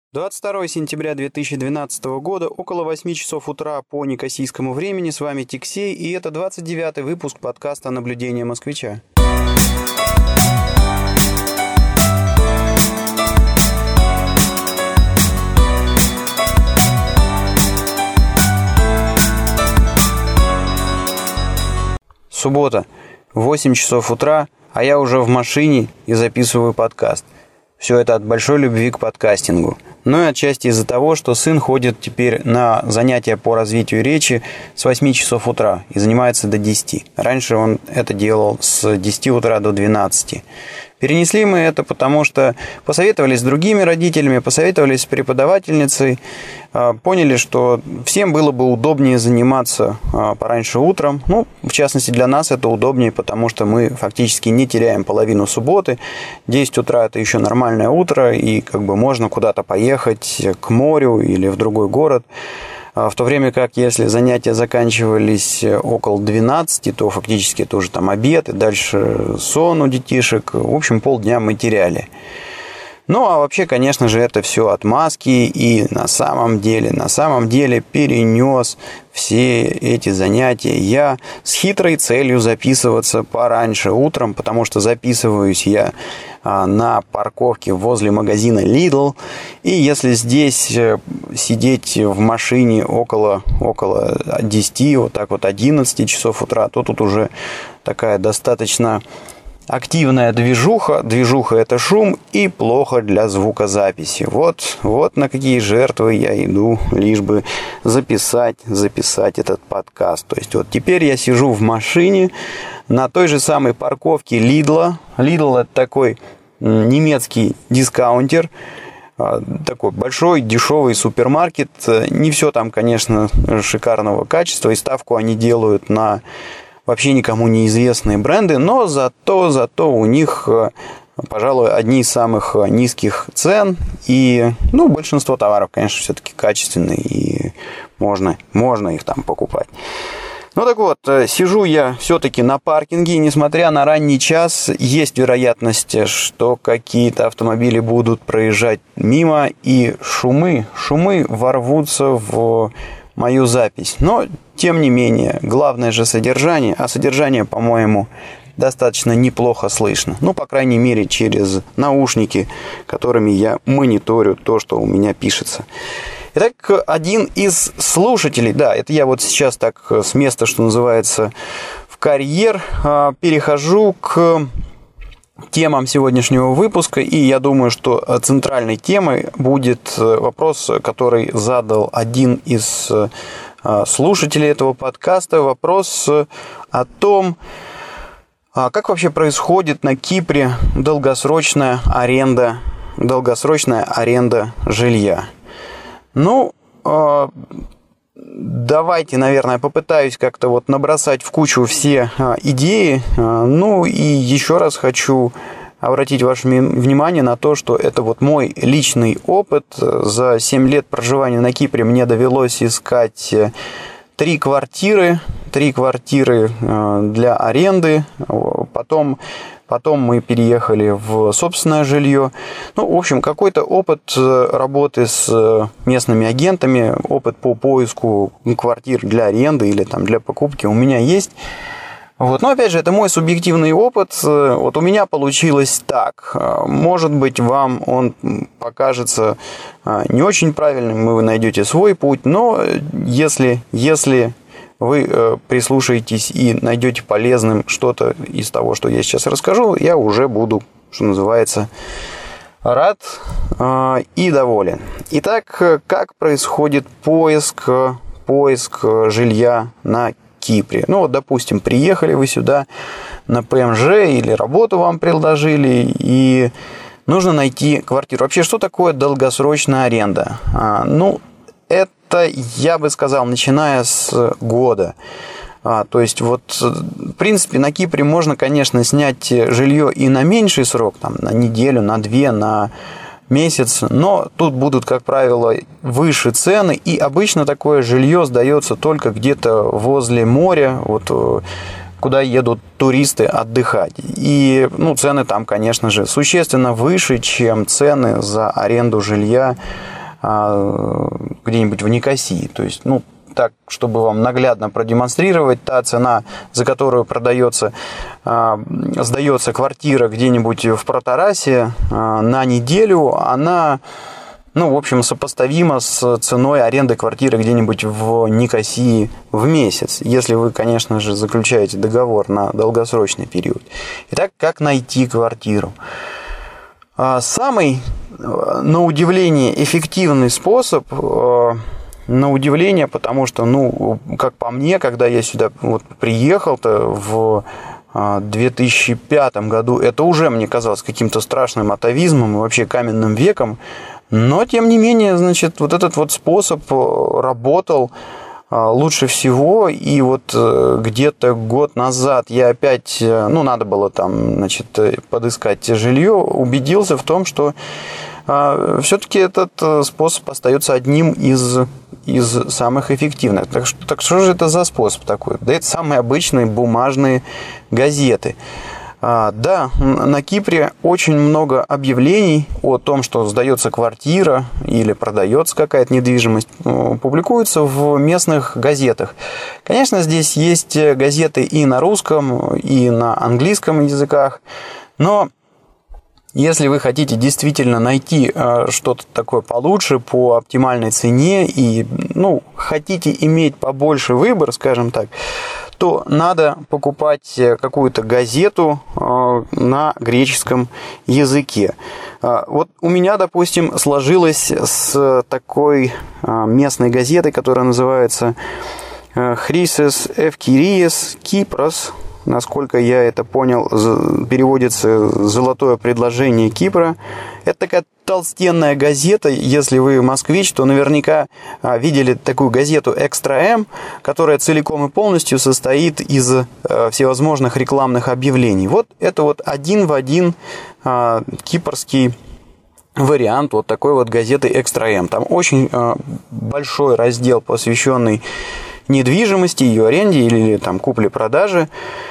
22 сентября 2012 года, около 8 часов утра по некосийскому времени. С вами Тиксей, и это 29-й выпуск подкаста «Наблюдение москвича». Суббота, 8 часов утра, а я уже в машине и записываю подкаст. Все это от большой любви к подкастингу. Но и отчасти из-за того, что сын ходит теперь на занятия по развитию речи с 8 часов утра и занимается до 10. Раньше он это делал с 10 утра до 12. Перенесли мы это, потому что посоветовались с другими родителями, посоветовались с преподавательницей, поняли, что всем было бы удобнее заниматься пораньше утром. Ну, в частности, для нас это удобнее, потому что мы фактически не теряем половину субботы. 10 утра – это еще нормальное утро, и как бы можно куда-то поехать к морю или в другой город. В то время как, если занятия заканчивались около 12, то фактически это уже там обед, и дальше сон у детишек. В общем, полдня мы теряли. Ну, а вообще, конечно же, это все отмазки, и на самом деле перенес все эти занятия я с хитрой целью записываться пораньше утром, потому что записываюсь я на парковке возле магазина Lidl, и если здесь сидеть в машине около 10, вот так вот 11 часов утра, то тут уже такая достаточно активная движуха. Движуха – это шум и плохо для звукозаписи. Вот на какие жертвы я иду, лишь бы записать этот подкаст. То есть вот теперь я сижу в машине на той же самой парковке Lidl. Lidl – это такой немецкий дискаунтер, такой большой, дешевый супермаркет. Не все там, конечно, шикарного качества, и ставку они делают на вообще никому неизвестные бренды, но зато у них, пожалуй, одни из самых низких цен, и, большинство товаров, конечно, все-таки качественные, и можно их там покупать. Ну так вот, сижу я все-таки на паркинге, несмотря на ранний час, есть вероятность, что какие-то автомобили будут проезжать мимо, и шумы ворвутся в мою запись. Но, тем не менее, главное же содержание, а содержание, по-моему, достаточно неплохо слышно. Ну, по крайней мере, через наушники, которыми я мониторю то, что у меня пишется. Итак, один из слушателей, да, это я вот сейчас так с места, что называется, в карьер, перехожу к темам сегодняшнего выпуска, и я думаю, что центральной темой будет вопрос, который задал один из слушателей этого подкаста, вопрос о том, как вообще происходит на Кипре долгосрочная аренда жилья. Ну, давайте, наверное, попытаюсь как-то вот набросать в кучу все идеи. Ну и еще раз хочу обратить ваше внимание на то, что это вот мой личный опыт. За 7 лет проживания на Кипре мне довелось искать 3 квартиры для аренды. Потом мы переехали в собственное жилье. Ну, в общем, какой-то опыт работы с местными агентами, опыт по поиску квартир для аренды или там для покупки у меня есть. Вот. Но, опять же, это мой субъективный опыт. Вот у меня получилось так. Может быть, вам он покажется не очень правильным, вы найдете свой путь, но если вы прислушаетесь и найдете полезным что-то из того, что я сейчас расскажу, я уже буду, что называется, рад и доволен. Итак, как происходит поиск жилья на Кипре? Ну вот, допустим, приехали вы сюда на ПМЖ или работу вам предложили, и нужно найти квартиру. Вообще, что такое долгосрочная аренда? Это, я бы сказал, начиная с года. То есть, вот, в принципе, на Кипре можно, конечно, снять жилье и на меньший срок, там, на неделю, на 2, на месяц, но тут будут, как правило, выше цены, и обычно такое жилье сдается только где-то возле моря, вот, куда едут туристы отдыхать. И цены там, конечно же, существенно выше, чем цены за аренду жилья где-нибудь в Никосии. То есть, так, чтобы вам наглядно продемонстрировать, та цена, за которую сдается квартира где-нибудь в Протарасе на неделю, она, в общем, сопоставима с ценой аренды квартиры где-нибудь в Никосии в месяц, если вы, конечно же, заключаете договор на долгосрочный период. Итак, как найти квартиру? Самый, на удивление, эффективный способ, на удивление, потому что, как по мне, когда я сюда приехал-то в 2005 году, это уже мне казалось каким-то страшным атовизмом и вообще каменным веком, но, тем не менее, значит, этот способ работал лучше всего, и где-то год назад я опять, надо было там, значит, подыскать жилье, убедился в том, что все-таки этот способ остается одним из самых эффективных. Так что же это за способ такой? Да это самые обычные бумажные газеты. Да, на Кипре очень много объявлений о том, что сдается квартира или продается какая-то недвижимость, публикуются в местных газетах. Конечно, здесь есть газеты и на русском, и на английском языках, но если вы хотите действительно найти что-то такое получше по оптимальной цене и, хотите иметь побольше выбор, скажем так, то надо покупать какую-то газету на греческом языке. Вот у меня, допустим, сложилось с такой местной газетой, которая называется «Хрисес Эвкириес Кипрос». Насколько я это понял, переводится «Золотое предложение Кипра». Это такая толстенная газета. Если вы москвич, то наверняка видели такую газету «Экстра М», которая целиком и полностью состоит из всевозможных рекламных объявлений. Вот это один в один кипрский вариант такой газеты «Экстра М». Там очень большой раздел, посвященный недвижимости, ее аренде или там купле-продаже.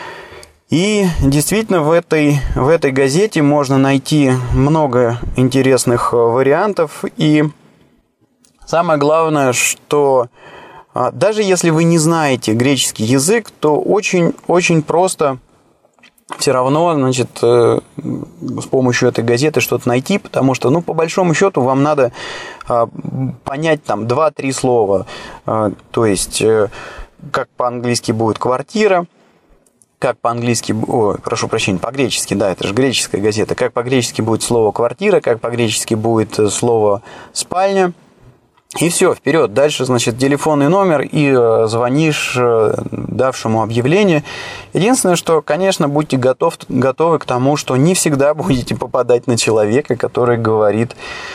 И действительно в этой газете можно найти много интересных вариантов. И самое главное, что даже если вы не знаете греческий язык, то очень просто все равно, значит, с помощью этой газеты что-то найти, потому что, по большому счету, вам надо понять там 2-3 слова. То есть, как по-английски будет квартира, как по-английски, по-гречески, да, это же греческая газета, как по-гречески будет слово квартира, как по-гречески будет слово спальня. И все, вперед. Дальше, значит, телефонный номер и звонишь давшему объявление. Единственное, что, конечно, будьте готовы к тому, что не всегда будете попадать на человека, который говорит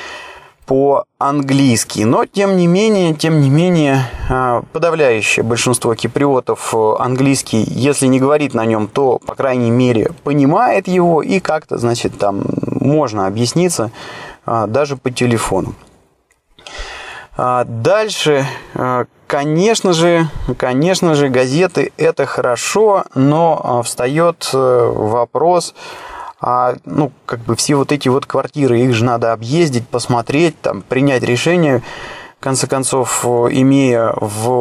по-английски. Но, тем не менее, подавляющее большинство киприотов английский, если не говорит на нем, то, по крайней мере, понимает его и как-то, значит, там можно объясниться даже по телефону. Дальше, конечно же, газеты – это хорошо, но встает вопрос, все эти квартиры, их же надо объездить, посмотреть, там, принять решение, в конце концов, имея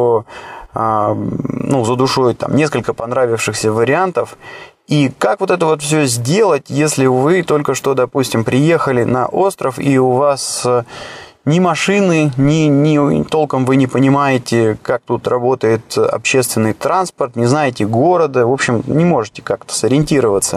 за душой там несколько понравившихся вариантов. И как это все сделать, если вы только что, допустим, приехали на остров, и у вас ни машины, ни толком вы не понимаете, как тут работает общественный транспорт, не знаете города, в общем, не можете как-то сориентироваться.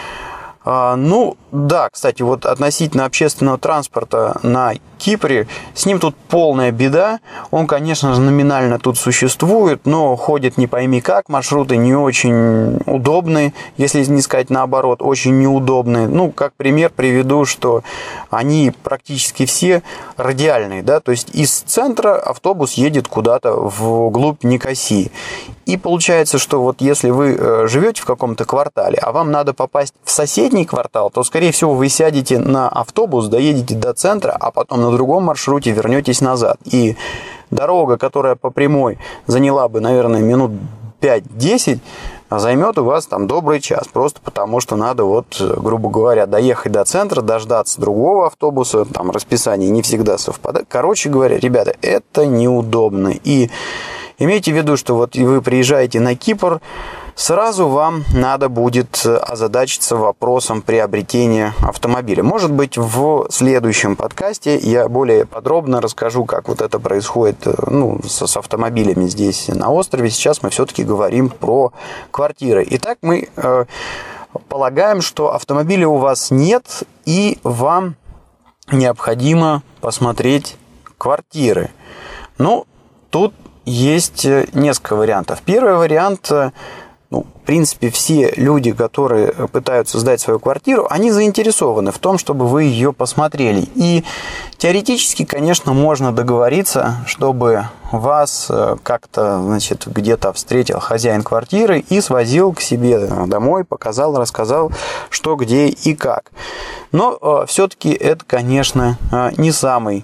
Да, кстати, относительно общественного транспорта на Кипре, с ним тут полная беда. Он, конечно же, номинально тут существует, но ходит не пойми как, маршруты не очень удобные, если не сказать наоборот, очень неудобные. Как пример приведу, что они практически все радиальные, да, то есть из центра автобус едет куда-то вглубь Никосии. И получается, что если вы живете в каком-то квартале, а вам надо попасть в соседний квартал, то, скорее всего, вы сядете на автобус, доедете до центра, а потом на другом маршруте вернетесь назад. И дорога, которая по прямой заняла бы, наверное, минут 5-10, займет у вас там добрый час, просто потому что надо, вот, грубо говоря, доехать до центра, дождаться другого автобуса, там расписание не всегда совпадает. Короче говоря, ребята, это неудобно. И имейте в виду, что вот вы приезжаете на Кипр, сразу вам надо будет озадачиться вопросом приобретения автомобиля. Может быть, в следующем подкасте я более подробно расскажу, как вот это происходит, с автомобилями здесь на острове. Сейчас мы все-таки говорим про квартиры. Итак, мы полагаем, что автомобиля у вас нет, и вам необходимо посмотреть квартиры. Тут есть несколько вариантов. Первый вариант, в принципе, все люди, которые пытаются сдать свою квартиру, они заинтересованы в том, чтобы вы ее посмотрели. И теоретически, конечно, можно договориться, чтобы вас как-то, где-то встретил хозяин квартиры и свозил к себе домой, показал, рассказал, что, где и как. Но все-таки это, конечно, не самый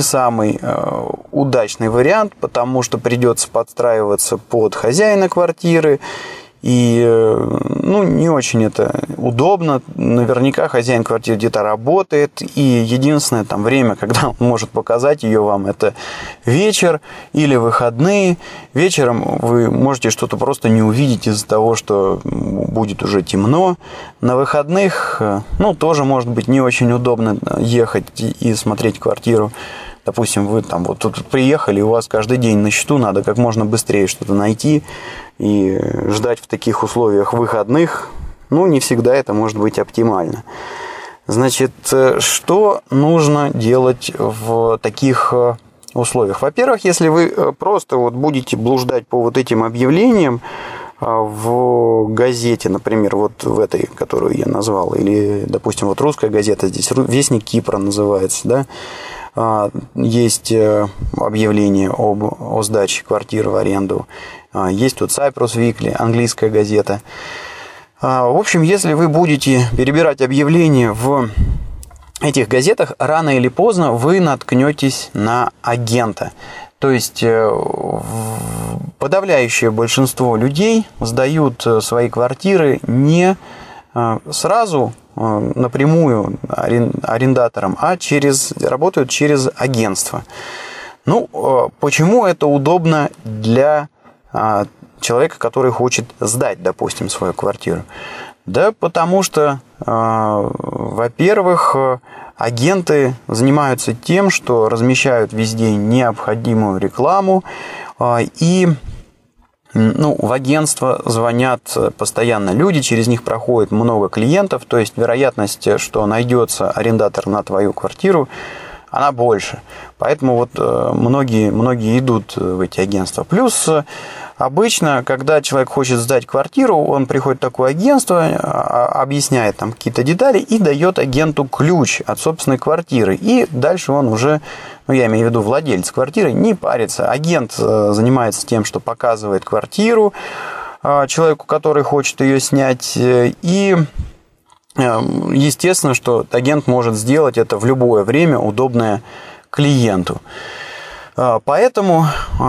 удачный вариант, потому что придется подстраиваться под хозяина квартиры, и не очень это удобно. Наверняка хозяин квартиры где-то работает, и единственное там время, когда он может показать ее вам, это вечер или выходные. Вечером вы можете что-то просто не увидеть из-за того, что будет уже темно. На выходных, тоже может быть не очень удобно ехать и смотреть квартиру. Допустим, вы там вот тут приехали, и у вас каждый день на счету, надо как можно быстрее что-то найти, и ждать в таких условиях выходных, не всегда это может быть оптимально. Значит, что нужно делать в таких условиях? Во-первых, если вы просто будете блуждать по вот этим объявлениям в газете, например, вот в этой, которую я назвал, или, допустим, вот русская газета здесь, «Вестник Кипра» называется, да, есть объявление о сдаче квартиры в аренду. Есть тут Cyprus Weekly, английская газета. В общем, если вы будете перебирать объявления в этих газетах, рано или поздно вы наткнетесь на агента. То есть подавляющее большинство людей сдают свои квартиры не сразу напрямую арендаторам, а работают через агентство. Почему это удобно для человека, который хочет сдать, допустим, свою квартиру? Да потому что, во-первых, агенты занимаются тем, что размещают везде необходимую рекламу, и в агентство звонят постоянно люди, через них проходит много клиентов, то есть вероятность, что найдется арендатор на твою квартиру, она больше. Поэтому многие идут в эти агентства. Плюс обычно, когда человек хочет сдать квартиру, он приходит в такое агентство, объясняет там какие-то детали и дает агенту ключ от собственной квартиры. И дальше он уже, я имею в виду владелец квартиры, не парится. Агент занимается тем, что показывает квартиру человеку, который хочет ее снять. И естественно, что агент может сделать это в любое время, удобное клиенту. Поэтому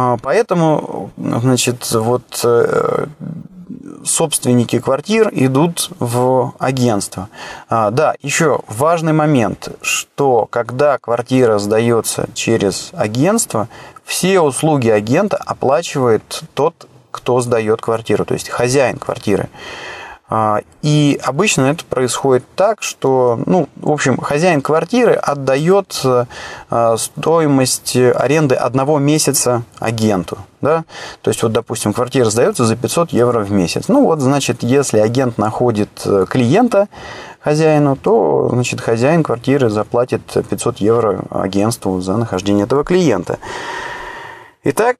собственники квартир идут в агентство. Да, еще важный момент, что когда квартира сдается через агентство, все услуги агента оплачивает тот, кто сдает квартиру, то есть хозяин квартиры. И обычно это происходит так, что, хозяин квартиры отдает стоимость аренды 1 месяца агенту. Да? То есть, допустим, квартира сдается за 500 евро в месяц. Если агент находит клиента хозяину, то, хозяин квартиры заплатит 500 евро агентству за нахождение этого клиента. Итак,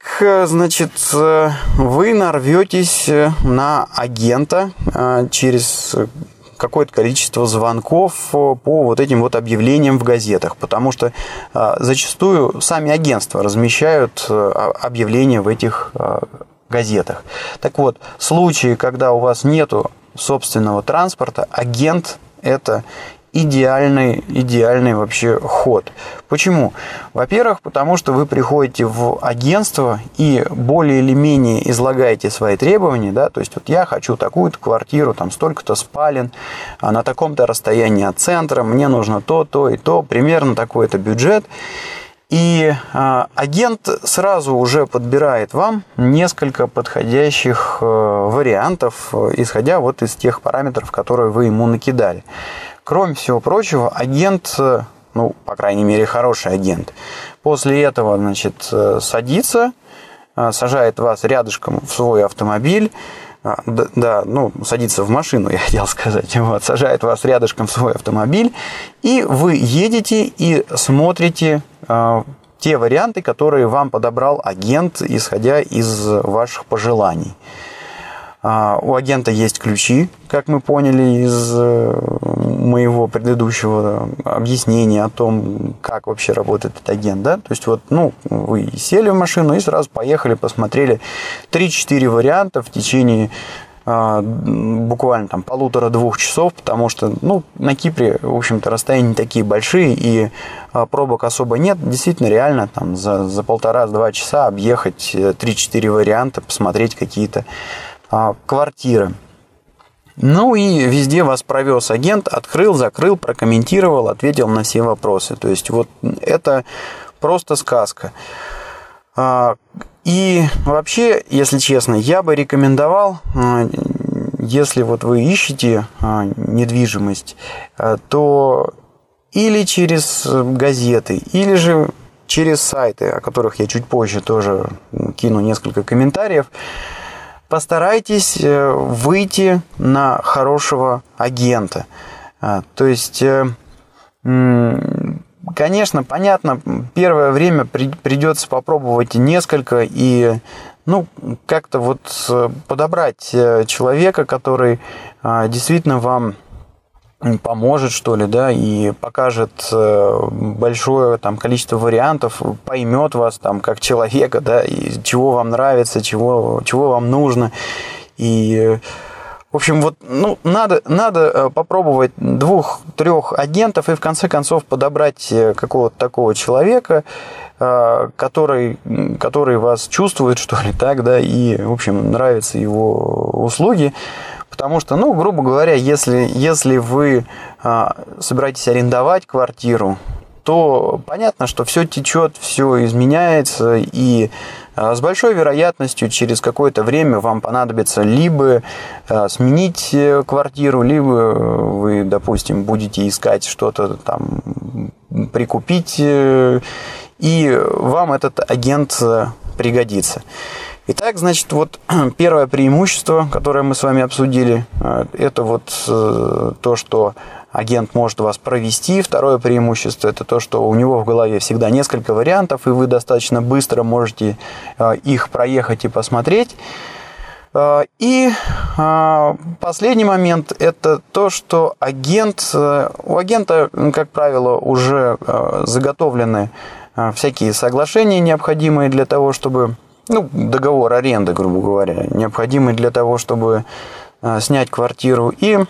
вы нарветесь на агента через какое-то количество звонков по этим объявлениям в газетах, потому что зачастую сами агентства размещают объявления в этих газетах. Так вот, в случае, когда у вас нету собственного транспорта, агент – это идеальный вообще ход. Почему? Во-первых, потому что вы приходите в агентство и более или менее излагаете свои требования, да, то есть вот я хочу такую-то квартиру, там столько-то спален, на таком-то расстоянии от центра, мне нужно то и то, примерно такой-то бюджет. И агент сразу уже подбирает вам несколько подходящих вариантов, исходя вот из тех параметров, которые вы ему накидали. Кроме всего прочего, агент, ну, по крайней мере, хороший агент, после этого, значит, садится, сажает вас рядышком в свой автомобиль, садится в машину, я хотел сказать, вот, сажает вас рядышком в свой автомобиль, и вы едете и смотрите те варианты, которые вам подобрал агент, исходя из ваших пожеланий. У агента есть ключи, как мы поняли из моего предыдущего объяснения о том, как вообще работает этот агент. Да? То есть вот, вы сели в машину и сразу поехали, посмотрели 3-4 варианта в течение буквально там 1,5-2 часов, потому что на Кипре, в общем-то, расстояния не такие большие и пробок особо нет. Действительно, реально там за 1,5-2 часа объехать 3-4 варианта, посмотреть какие-то квартиры. Ну и везде вас провез агент, открыл, закрыл, прокомментировал, ответил на все вопросы. То есть вот это просто сказка. И вообще, если честно, я бы рекомендовал, если вот вы ищете недвижимость, то или через газеты, или же через сайты, о которых я чуть позже тоже кину несколько комментариев, постарайтесь выйти на хорошего агента. То есть, конечно, понятно, первое время придется попробовать несколько и, как-то вот подобрать человека, который действительно вам поможет, что ли, да, и покажет большое там количество вариантов, поймет вас там как человека, да, и чего вам нравится, чего вам нужно. И, в общем, вот, надо попробовать 2-3 агентов и в конце концов подобрать какого-то такого человека, который вас чувствует, что ли, так, да, и, в общем, нравятся его услуги. Потому что, грубо говоря, если вы собираетесь арендовать квартиру, то понятно, что все течет, все изменяется, и с большой вероятностью через какое-то время вам понадобится либо сменить квартиру, либо вы, допустим, будете искать что-то там, прикупить, и вам этот агент пригодится. Итак, значит, вот первое преимущество, которое мы с вами обсудили, это вот то, что агент может вас провести. Второе преимущество – это то, что у него в голове всегда несколько вариантов, и вы достаточно быстро можете их проехать и посмотреть. И последний момент – это то, что у агента, как правило, уже заготовлены всякие соглашения, необходимые для того, чтобы... договор аренды, грубо говоря, необходимый для того, чтобы снять квартиру. И,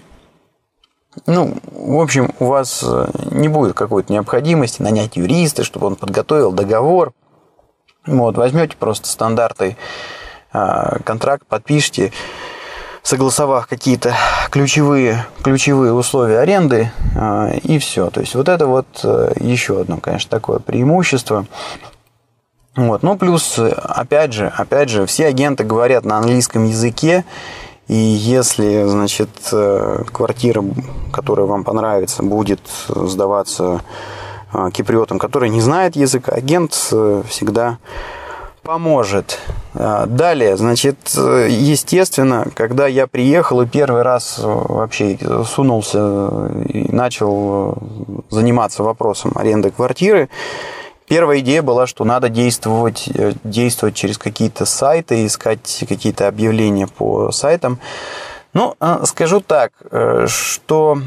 в общем, у вас не будет какой-то необходимости нанять юриста, чтобы он подготовил договор. Вот, возьмете просто стандартный контракт, подпишите, согласовав какие-то ключевые условия аренды, и все. То есть вот это вот еще одно, конечно, такое преимущество. Вот. Плюс, опять же, все агенты говорят на английском языке, и если, значит, квартира, которая вам понравится, будет сдаваться киприотам, который не знает языка, агент всегда поможет. Далее, значит, естественно, когда я приехал и первый раз вообще сунулся и начал заниматься вопросом аренды квартиры, первая идея была, что надо действовать через какие-то сайты, искать какие-то объявления по сайтам. Скажу так, что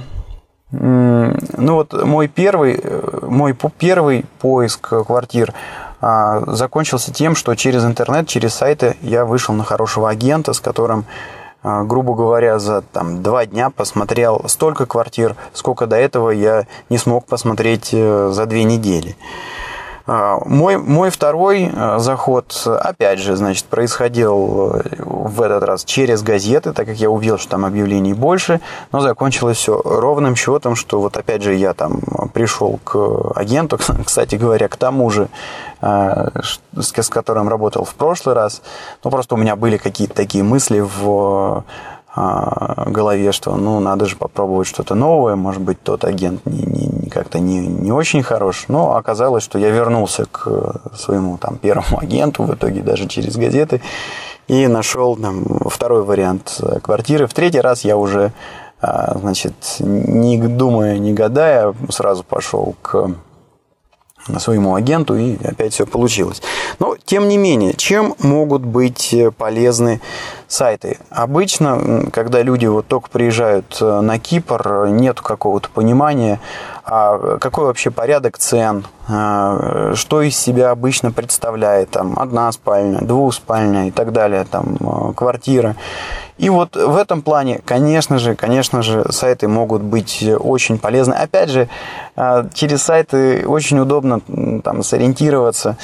мой первый поиск квартир закончился тем, что через интернет, через сайты я вышел на хорошего агента, с которым грубо говоря, за 2 дня посмотрел столько квартир, сколько до этого я не смог посмотреть за 2 недели. Мой второй заход, опять же, значит, происходил в этот раз через газеты, так как я увидел, что там объявлений больше, но закончилось все ровным счетом, что вот опять же я там пришел к агенту, кстати говоря, к тому же, с которым работал в прошлый раз, но просто у меня были какие-то такие мысли в голове, что надо же попробовать что-то новое, может быть, тот агент как-то не очень хорош, но оказалось, что я вернулся к своему первому агенту, в итоге даже через газеты, и нашел второй вариант квартиры. В третий раз я уже, значит, не думая, не гадая, сразу пошел к своему агенту, и опять все получилось. Но, тем не менее, чем могут быть полезны сайты? Обычно, когда люди вот только приезжают на Кипр, нет какого-то понимания, какой вообще порядок цен, что из себя обычно представляет, 1 спальня, 2 и так далее, квартира. И вот в этом плане, конечно же, сайты могут быть очень полезны. Опять же, через сайты очень удобно сориентироваться,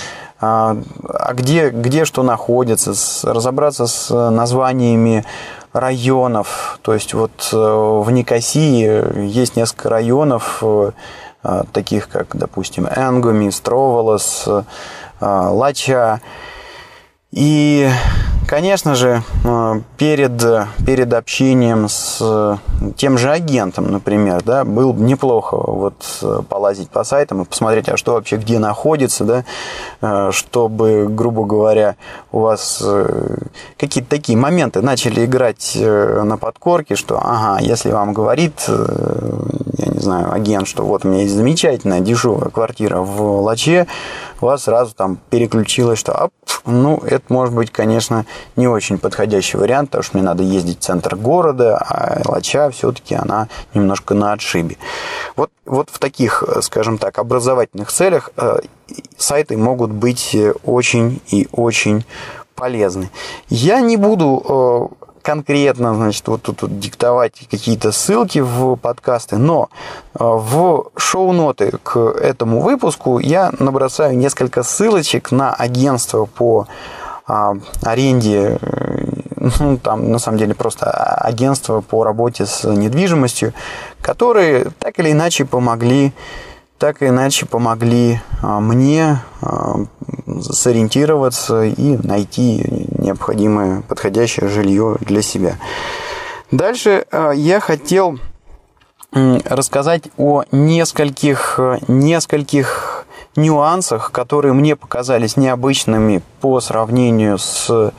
где что находится, разобраться с названиями районов. То есть вот в Никосии есть несколько районов, таких как, допустим, Энгуми, Строволос, Лача. И, конечно же, перед общением с тем же агентом, например, да, было бы неплохо вот полазить по сайтам и посмотреть, что вообще где находится, да, чтобы, грубо говоря, у вас какие-то такие моменты начали играть на подкорке, что, если вам говорит, я не знаю, агент, что вот у меня есть замечательная дешевая квартира в Лаче, у вас сразу переключилось, что, это может быть, конечно, не очень подходящий вариант, потому что мне надо ездить в центр города, а Лача все-таки она немножко на отшибе. Вот в таких, скажем так, образовательных целях сайты могут быть очень и очень полезны. Я не буду конкретно, значит, вот тут диктовать какие-то ссылки в подкасты, но в шоу-ноты к этому выпуску я набросаю несколько ссылочек на агентство по аренде, на самом деле просто агентство по работе с недвижимостью, которые так или иначе помогли мне сориентироваться и найти необходимое подходящее жилье для себя. Дальше я хотел рассказать о нескольких нюансах, которые мне показались необычными по сравнению с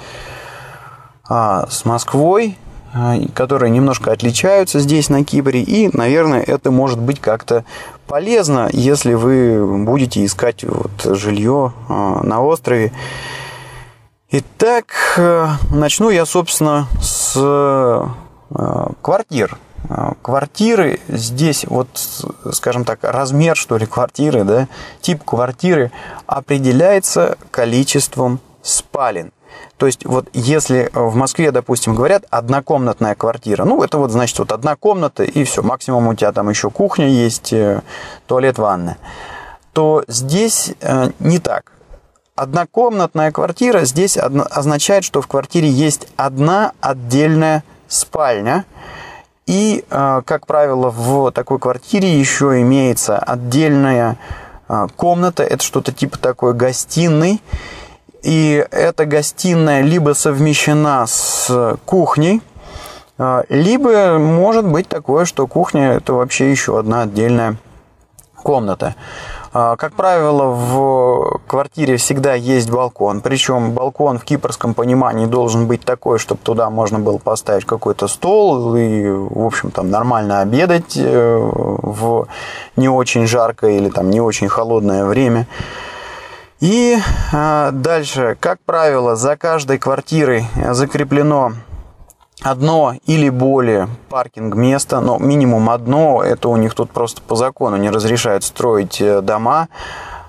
Москвой, которые немножко отличаются здесь, на Кипре, и, наверное, это может быть как-то полезно, если вы будете искать жилье на острове. Итак, начну я, собственно, с квартир. Квартиры здесь, скажем так, размер, что ли, квартиры, да, тип квартиры определяется количеством спален. То есть, если в Москве, допустим, говорят однокомнатная квартира, это значит, одна комната и все, максимум у тебя там еще кухня есть, туалет, ванная, то здесь не так. Однокомнатная квартира здесь означает, что в квартире есть одна отдельная спальня, и, как правило, в такой квартире еще имеется отдельная комната, это что-то типа такой гостиной. И эта гостиная либо совмещена с кухней, либо может быть такое, что кухня – это вообще еще одна отдельная комната. Как правило, в квартире всегда есть балкон, причем балкон в кипрском понимании должен быть такой, чтобы туда можно было поставить какой-то стол и, в общем, нормально обедать в не очень жаркое или не очень холодное время. И дальше, как правило, за каждой квартирой закреплено одно или более паркинг-места, но минимум одно, это у них тут просто по закону не разрешают строить дома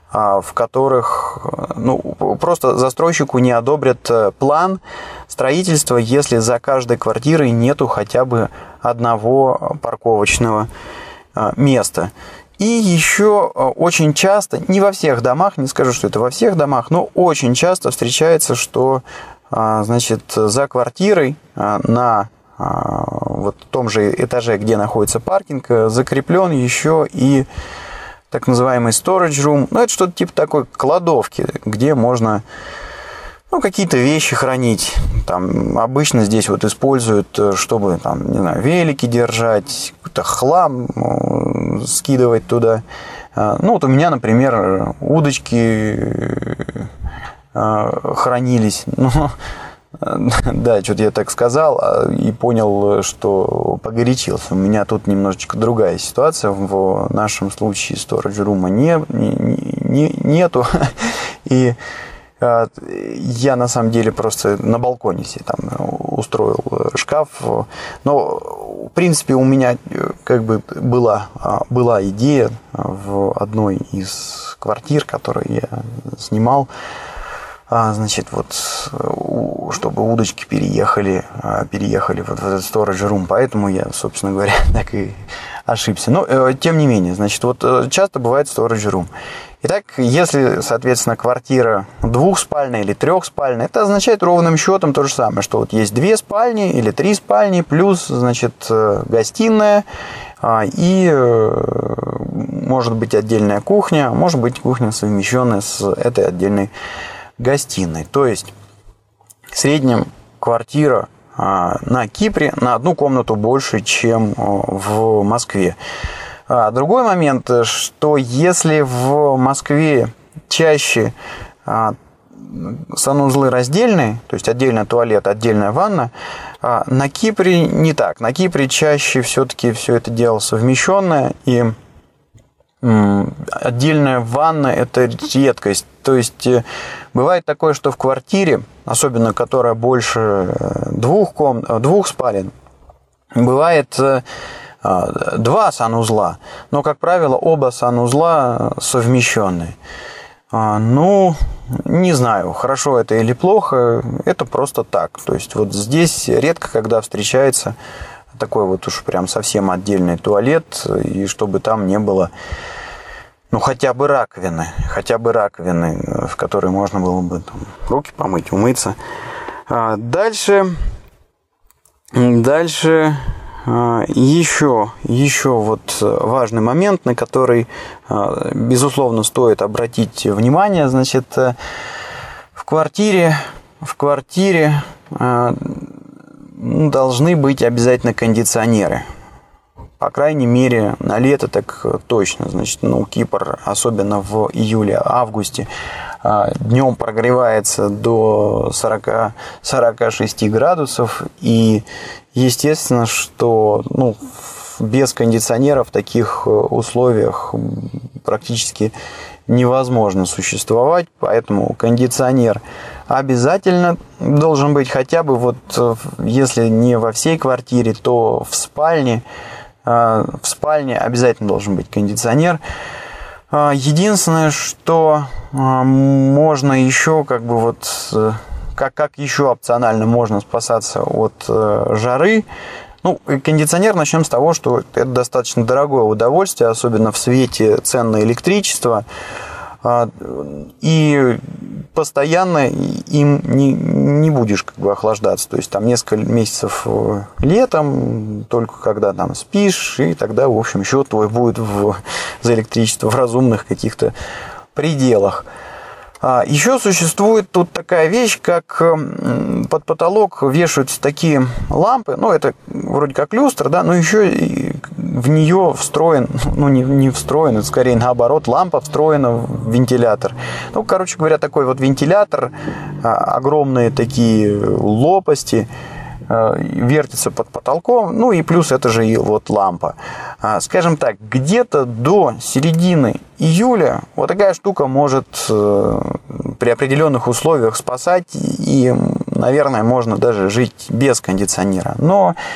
в которых просто застройщику не одобрят план строительства, если за каждой квартирой нету хотя бы одного парковочного места. И еще очень часто, не во всех домах, не скажу, что это во всех домах, но очень часто встречается, что за квартирой на вот том же этаже, где находится паркинг, закреплен еще и так называемый storage room. Это что-то типа такой кладовки, где можно какие-то вещи хранить. Там обычно здесь используют, чтобы велики держать, какой-то хлам скидывать туда. У меня, например, удочки хранились. Да, что-то я так сказал и понял, что погорячился. У меня тут немножечко другая ситуация. В нашем случае storage room нету. И я на самом деле просто на балконе себе там устроил шкаф. Но, в принципе, у меня была идея в одной из квартир, которую я снимал, чтобы удочки переехали в этот storage room. Поэтому я, собственно говоря, так и ошибся. Но, тем не менее, часто бывает storage room. Итак, если, соответственно, квартира двухспальная или трехспальная, это означает ровным счетом то же самое, что есть 2 спальни или 3 спальни, плюс, гостиная, и может быть отдельная кухня, может быть кухня, совмещенная с этой отдельной гостиной. То есть в среднем квартира на Кипре на одну комнату больше, чем в Москве. Другой момент, что если в Москве чаще санузлы раздельные, то есть отдельный туалет, отдельная ванна, на Кипре не так. На Кипре чаще все-таки все это дело совмещенное, и отдельная ванна – это редкость. То есть бывает такое, что в квартире, особенно которая больше двух спален, бывает 2 санузла, но, как правило, оба санузла совмещенные. Не знаю, хорошо это или плохо, это просто так. То есть здесь редко, когда встречается такой уж прям совсем отдельный туалет, и чтобы там не было хотя бы раковины, в которой можно было бы руки помыть, умыться. Дальше еще важный момент, на который, безусловно, стоит обратить внимание. В квартире должны быть обязательно кондиционеры. По крайней мере, на лето так точно. Кипр, особенно в июле-августе, днем прогревается до 40-46 градусов. И естественно, что без кондиционера в таких условиях практически невозможно существовать. Поэтому кондиционер обязательно должен быть хотя бы, если не во всей квартире, то в спальне. В спальне обязательно должен быть кондиционер. Единственное, что можно еще как еще опционально можно спасаться от жары. Кондиционер, начнем с того, что это достаточно дорогое удовольствие, особенно в свете цен на электричество. И постоянно им не будешь охлаждаться. То есть там несколько месяцев летом, только когда там спишь, и тогда, в общем, счет твой будет за электричество в разумных каких-то пределах. Еще существует тут такая вещь, как под потолок вешаются такие лампы, это вроде как люстра, да, но еще в нее встроен, не встроен, это скорее наоборот, лампа встроена в вентилятор. Короче говоря, такой вентилятор, огромные такие лопасти, вертится под потолком, и плюс это же и лампа. Скажем так, где-то до середины июля такая штука может при определенных условиях спасать, и, наверное, можно даже жить без кондиционера. Но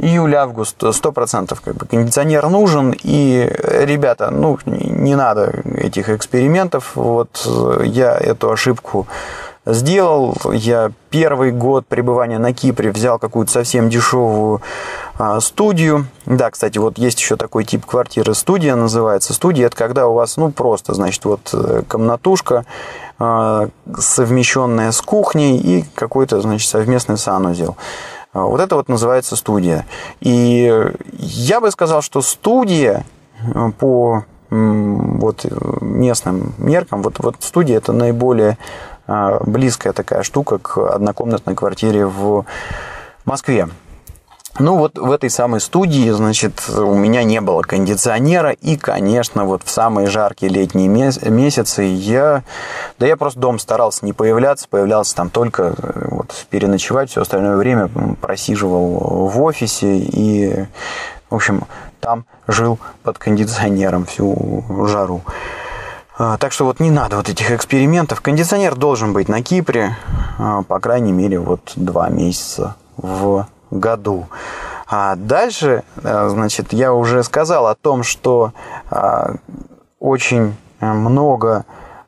Июль-август 100% как бы кондиционер нужен. И, ребята, не надо этих экспериментов. Вот я эту ошибку сделал. Я первый год пребывания на Кипре взял какую-то совсем дешевую студию. Да, кстати, вот есть еще такой тип квартиры, студия называется. Студия – это когда у вас, просто, значит, вот комнатушка, совмещенная с кухней и какой-то, значит, совместный санузел. Вот это вот называется студия. И я бы сказал, что студия по вот местным меркам, вот студия – это наиболее близкая такая штука к однокомнатной квартире в Москве. Вот в этой самой студии, значит, у меня не было кондиционера. И, конечно, вот в самые жаркие летние месяцы я просто дома старался не появляться. Появлялся там только вот переночевать. Все остальное время просиживал в офисе. И, в общем, там жил под кондиционером всю жару. Так что вот не надо вот этих экспериментов. Кондиционер должен быть на Кипре, по крайней мере, вот 2 месяца в году. А дальше, значит, я уже сказал о том, что очень много,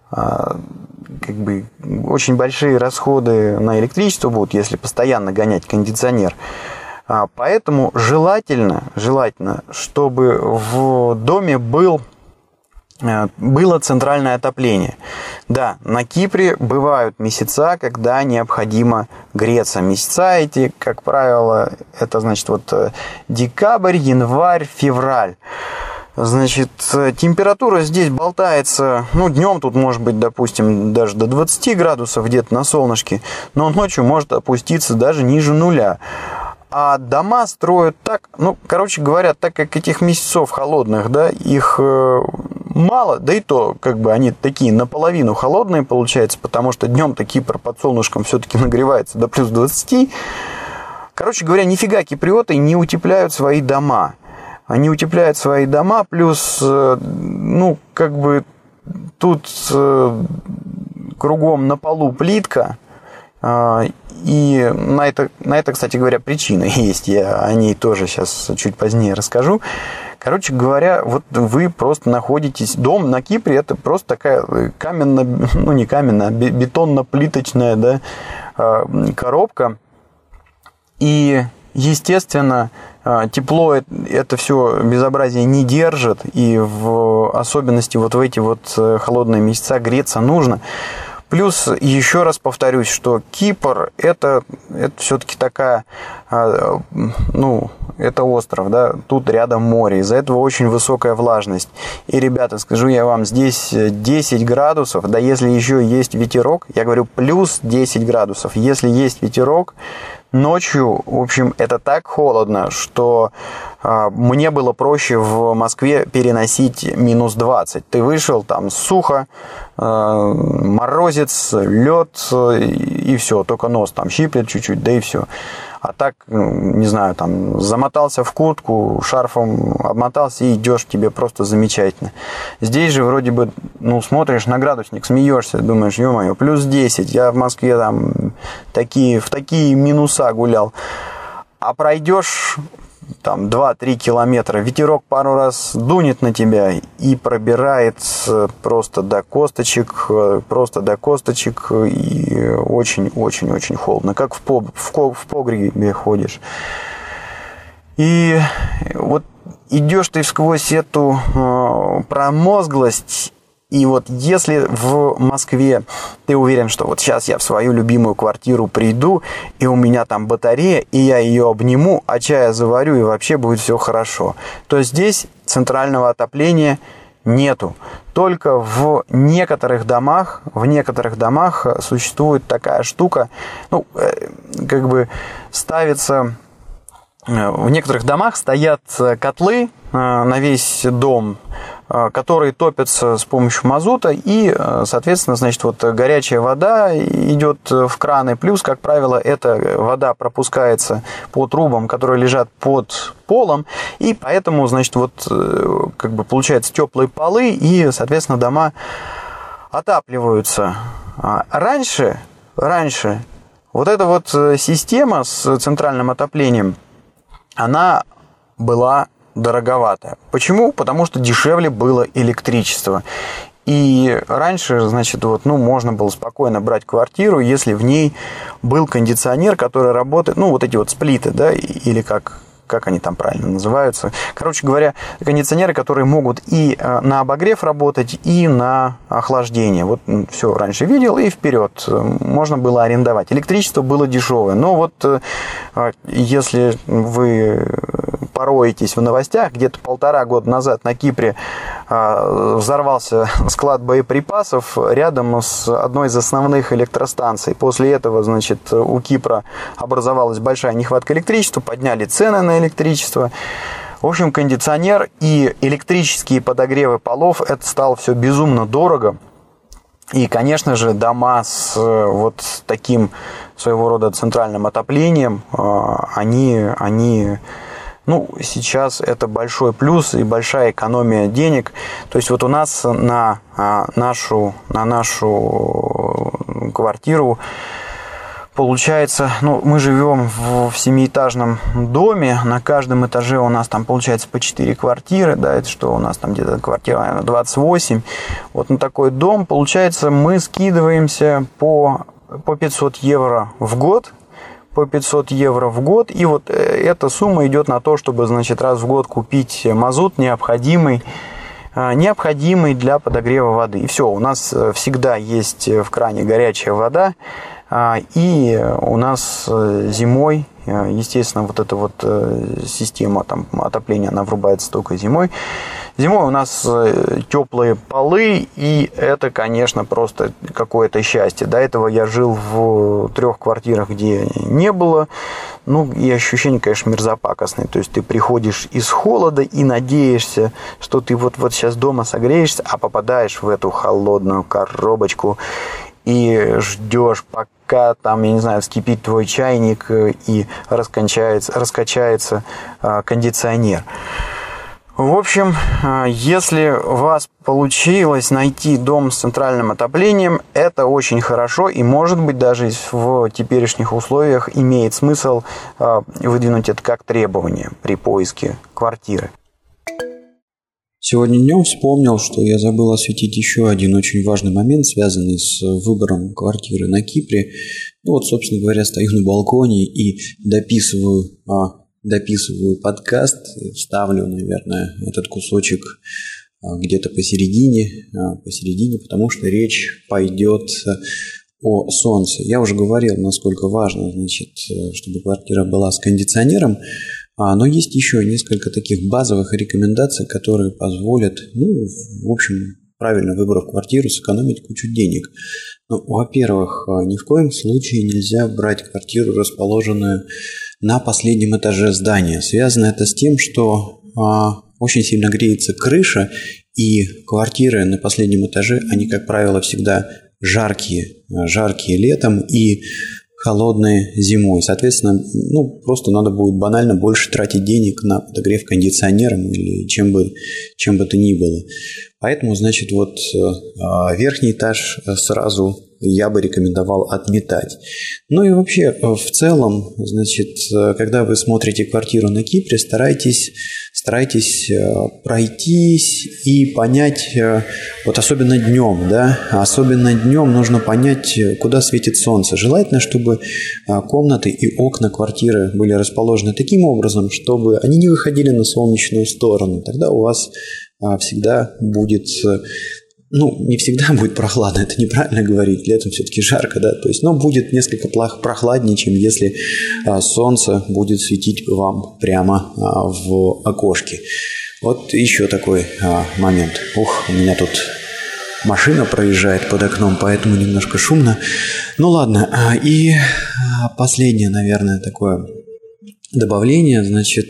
очень большие расходы на электричество будут, если постоянно гонять кондиционер. Поэтому желательно, чтобы в доме было центральное отопление. Да, на Кипре бывают месяца, когда необходимо греться. Месяца эти, как правило, это, значит, вот декабрь, январь, февраль. Значит, температура здесь болтается, днем тут может быть, допустим, даже до 20 градусов где-то на солнышке, но ночью может опуститься даже ниже нуля. А дома строят так, короче говоря, так как этих месяцев холодных, да, их мало, да и то, они такие наполовину холодные получаются, потому что днем-то Кипр под солнышком все-таки нагревается до плюс 20. Короче говоря, нифига киприоты не утепляют свои дома. Они утепляют свои дома, плюс, тут кругом на полу плитка. И на это, кстати говоря, причина есть. Я о ней тоже сейчас чуть позднее расскажу. Короче говоря, вот вы просто находитесь... Дом на Кипре – это просто такая не каменная, а бетонно-плиточная, да, коробка. И, естественно, тепло это все безобразие не держит. И в особенности вот в эти вот холодные месяца греться нужно. Плюс, еще раз повторюсь, что Кипр это все-таки такая, это остров, да, тут рядом море, из-за этого очень высокая влажность. И, ребята, скажу я вам, здесь 10 градусов, да если еще есть ветерок, я говорю плюс 10 градусов, если есть ветерок, ночью, в общем, это так холодно, что мне было проще в Москве переносить минус 20. Ты вышел, там сухо, морозец, лед, и все, только нос там щиплет чуть-чуть, да и все. А так, не знаю, там замотался в куртку, шарфом обмотался и идешь, тебе просто замечательно. Здесь же вроде бы, смотришь на градусник, смеешься, думаешь, ё-моё, плюс 10, я в Москве там в такие минуса гулял. А пройдешь там 2-3 километра, ветерок пару раз дунет на тебя и пробирает просто до косточек, и очень-очень-очень холодно, как в погребе ходишь. И вот идешь ты сквозь эту промозглость. И вот если в Москве ты уверен, что вот сейчас я в свою любимую квартиру приду, и у меня там батарея, и я ее обниму, а чая заварю, и вообще будет все хорошо, то здесь центрального отопления нету. Только в некоторых домах существует такая штука, ставится... В некоторых домах стоят котлы на весь дом, которые топятся с помощью мазута, и, соответственно, значит, вот горячая вода идет в краны, плюс, как правило, эта вода пропускается по трубам, которые лежат под полом, и поэтому, значит, вот получается теплые полы, и, соответственно, дома отапливаются. Раньше вот эта вот система с центральным отоплением, она была дороговатая. Почему? Потому что дешевле было электричество. И раньше, значит, можно было спокойно брать квартиру, если в ней был кондиционер, который работает, вот эти вот сплиты, да, или как они там правильно называются. Короче говоря, кондиционеры, которые могут и на обогрев работать, и на охлаждение. Вот все раньше видел, и вперед. Можно было арендовать. Электричество было дешевое. Но если вы пороетесь в новостях, где-то 1,5 года назад на Кипре взорвался склад боеприпасов рядом с одной из основных электростанций. После этого, значит, у Кипра образовалась большая нехватка электричества, подняли цены на электричество. В общем, кондиционер и электрические подогревы полов, это стало все безумно дорого. И, конечно же, дома с таким своего рода центральным отоплением, сейчас это большой плюс и большая экономия денег. То есть у нас на нашу квартиру получается, мы живем в 7-этажном доме, на каждом этаже у нас там получается по 4 квартиры, да, это что у нас там где-то квартира, наверное, 28. На такой дом, получается, мы скидываемся по 500 евро в год. По 500 евро в год. И эта сумма идет на то, чтобы, значит, раз в год купить мазут, необходимый для подогрева воды. И все, у нас всегда есть в кране горячая вода. И у нас зимой, естественно, эта система отопления, она врубается только зимой. Зимой у нас теплые полы, и это, конечно, просто какое-то счастье. До этого я жил в 3 квартирах, где не было. И ощущение, конечно, мерзопакостное. То есть ты приходишь из холода и надеешься, что ты вот сейчас дома согреешься, а попадаешь в эту холодную коробочку и ждешь, пока вскипит твой чайник и раскачается кондиционер. В общем, если у вас получилось найти дом с центральным отоплением, это очень хорошо, и, может быть, даже в теперешних условиях имеет смысл выдвинуть это как требование при поиске квартиры. Сегодня днем вспомнил, что я забыл осветить еще один очень важный момент, связанный с выбором квартиры на Кипре. Собственно говоря, стою на балконе и дописываю подкаст, вставлю, наверное, этот кусочек где-то посередине, потому что речь пойдет о солнце. Я уже говорил, насколько важно, чтобы квартира была с кондиционером, но есть еще несколько таких базовых рекомендаций, которые позволят, правильно выбрав квартиру, сэкономить кучу денег. Во-первых, ни в коем случае нельзя брать квартиру, расположенную на последнем этаже здания. Связано это с тем, что очень сильно греется крыша, и квартиры на последнем этаже, они, как правило, всегда жаркие летом и холодные зимой. Соответственно, просто надо будет банально больше тратить денег на подогрев кондиционером или чем бы то ни было. Поэтому, верхний этаж сразу я бы рекомендовал отметать. И вообще, в целом, когда вы смотрите квартиру на Кипре, старайтесь пройтись и понять, особенно днем, особенно днем нужно понять, куда светит солнце. Желательно, чтобы комнаты и окна квартиры были расположены таким образом, чтобы они не выходили на солнечную сторону. Тогда у вас всегда будет... не всегда будет прохладно, это неправильно говорить, летом все-таки жарко, но будет несколько прохладнее, чем если солнце будет светить вам прямо в окошке. Еще такой момент. У меня тут машина проезжает под окном, поэтому немножко шумно. Ладно, и последнее, наверное, такое добавление,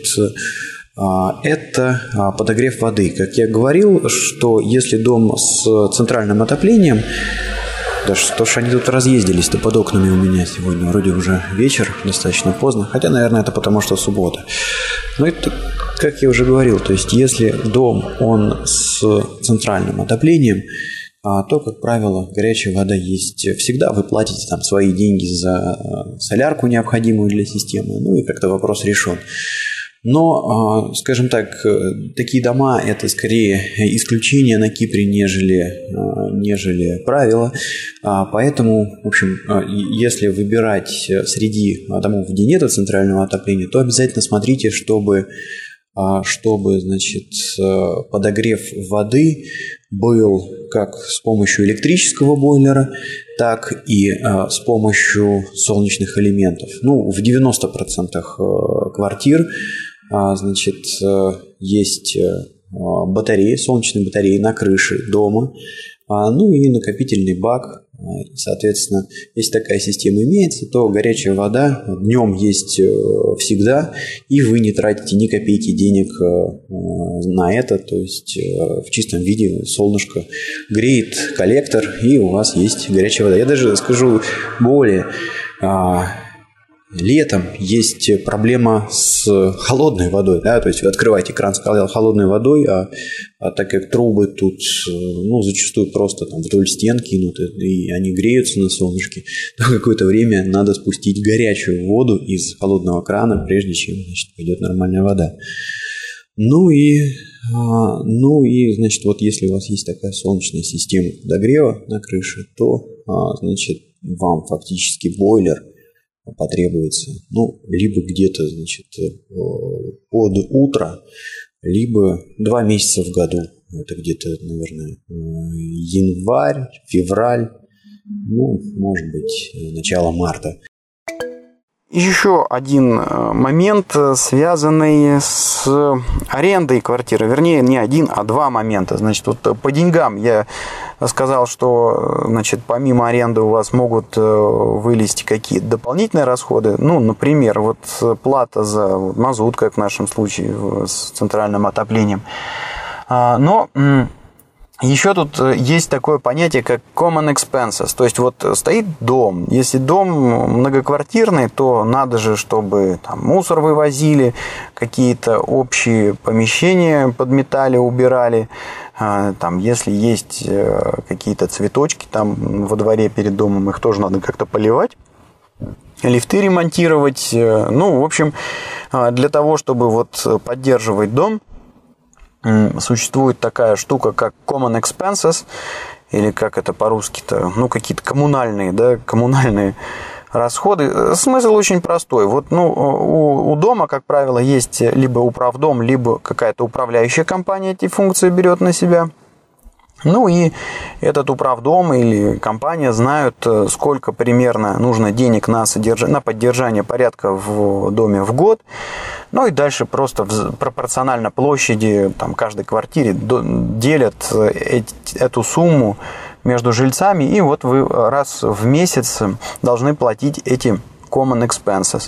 это подогрев воды. Как я говорил, что если дом с центральным отоплением, да что ж они тут разъездились-то под окнами у меня сегодня, вроде уже вечер, достаточно поздно, хотя, наверное, это потому что суббота. Это, как я уже говорил, то есть если дом, он с центральным отоплением, то, как правило, горячая вода есть всегда. Вы платите свои деньги за солярку, необходимую для системы, и как-то вопрос решен. Но, скажем так, такие дома – это скорее исключение на Кипре, нежели правило. Поэтому, в общем, если выбирать среди домов, где нет центрального отопления, то обязательно смотрите, чтобы значит, подогрев воды был как с помощью электрического бойлера, так и с помощью солнечных элементов. Ну, в 90% квартир, значит, есть батареи, солнечные батареи на крыше дома, ну и накопительный бак. Соответственно, если такая система имеется, то горячая вода днем есть всегда, и вы не тратите ни копейки денег на это. То есть в чистом виде солнышко греет коллектор, и у вас есть горячая вода. Я даже скажу более. Летом есть проблема с холодной водой, да, то есть вы открываете кран с холодной водой, а так как трубы тут, зачастую просто там вдоль стен кинуты, и они греются на солнышке, то какое-то время надо спустить горячую воду из холодного крана, прежде чем, значит, пойдет нормальная вода. Ну и, значит, вот если у вас есть такая солнечная система подогрева на крыше, то, значит, вам фактически бойлер потребуется, либо где-то, значит, под утро, либо 2 месяца в году. Это где-то, наверное, январь, февраль, может быть, начало марта. Еще один момент, связанный с арендой квартиры. Вернее, не один, а 2 момента. Значит, вот по деньгам я сказал, что, значит, помимо аренды у вас могут вылезти какие-то дополнительные расходы. Например, вот плата за мазут, как в нашем случае с центральным отоплением. Но еще тут есть такое понятие, как common expenses. То есть вот стоит дом. Если дом многоквартирный, то надо же, чтобы там мусор вывозили, какие-то общие помещения подметали, убирали. Там, если есть какие-то цветочки там во дворе перед домом, их тоже надо как-то поливать. Лифты ремонтировать. В общем, для того, чтобы вот поддерживать дом, существует такая штука, как common expenses, или как это по-русски-то, какие-то коммунальные расходы. Смысл очень простой. Вот, у дома, как правило, есть либо управдом, либо какая-то управляющая компания эти функции берет на себя. И этот управдом или компания знают, сколько примерно нужно денег на поддержание порядка в доме в год. И дальше просто пропорционально площади там, каждой квартире делят эту сумму между жильцами. И вот вы раз в месяц должны платить эти common expenses.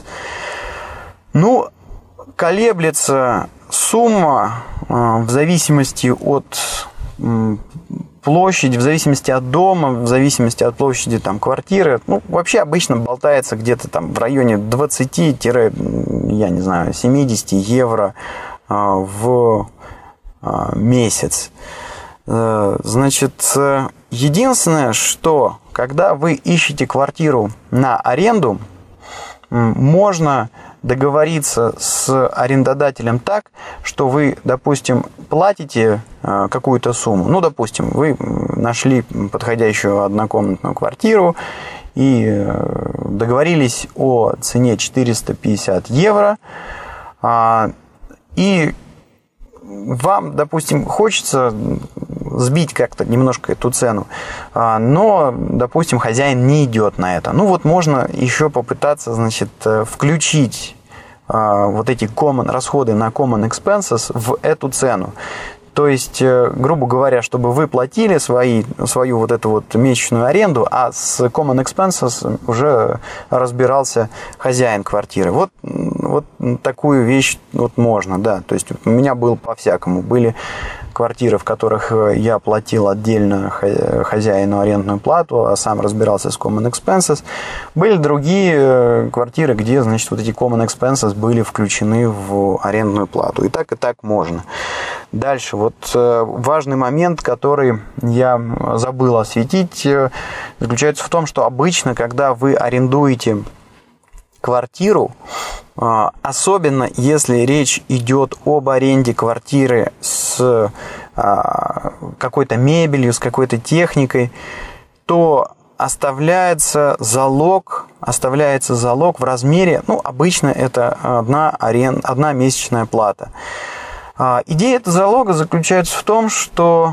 Колеблется сумма в зависимости от площади, в зависимости от дома, в зависимости от площади там, квартиры. Вообще обычно болтается где-то там в районе 20-70 евро в месяц. Значит, единственное, что когда вы ищете квартиру на аренду, можно договориться с арендодателем так, что вы, допустим, платите какую-то сумму. Допустим, вы нашли подходящую однокомнатную квартиру и договорились о цене 450 евро. И вам, допустим, хочется сбить как-то немножко эту цену, но, допустим, хозяин не идет на это. Можно еще попытаться, значит, включить вот эти расходы на common expenses в эту цену. То есть, грубо говоря, чтобы вы платили свою вот эту вот месячную аренду, а с common expenses уже разбирался хозяин квартиры. Вот такую вещь можно, да. То есть, у меня было по-всякому. Были квартиры, в которых я платил отдельно хозяину арендную плату, а сам разбирался с common expenses. Были другие квартиры, где, значит, вот эти common expenses были включены в арендную плату. И так можно. Дальше, важный момент, который я забыл осветить, заключается в том, что обычно, когда вы арендуете квартиру, особенно если речь идет об аренде квартиры с какой-то мебелью, с какой-то техникой, то оставляется залог в размере, обычно это одна месячная плата. Идея этого залога заключается в том, что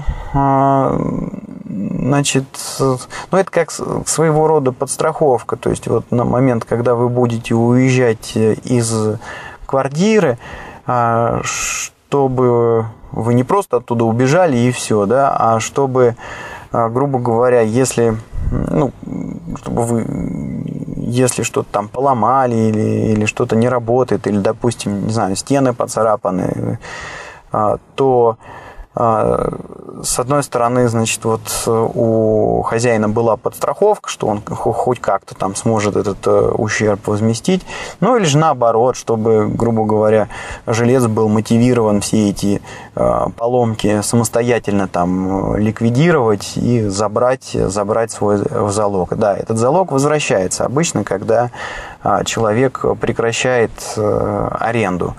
это как своего рода подстраховка. То есть вот на момент, когда вы будете уезжать из квартиры, чтобы вы не просто оттуда убежали и все, да, а чтобы, грубо говоря, если что-то там поломали или что-то не работает, или, допустим, не знаю, стены поцарапаны, то с одной стороны, значит, вот у хозяина была подстраховка, что он хоть как-то там сможет этот ущерб возместить, или же наоборот, чтобы, грубо говоря, жилец был мотивирован все эти поломки самостоятельно там ликвидировать и забрать свой залог. Да, этот залог возвращается обычно, когда человек прекращает аренду.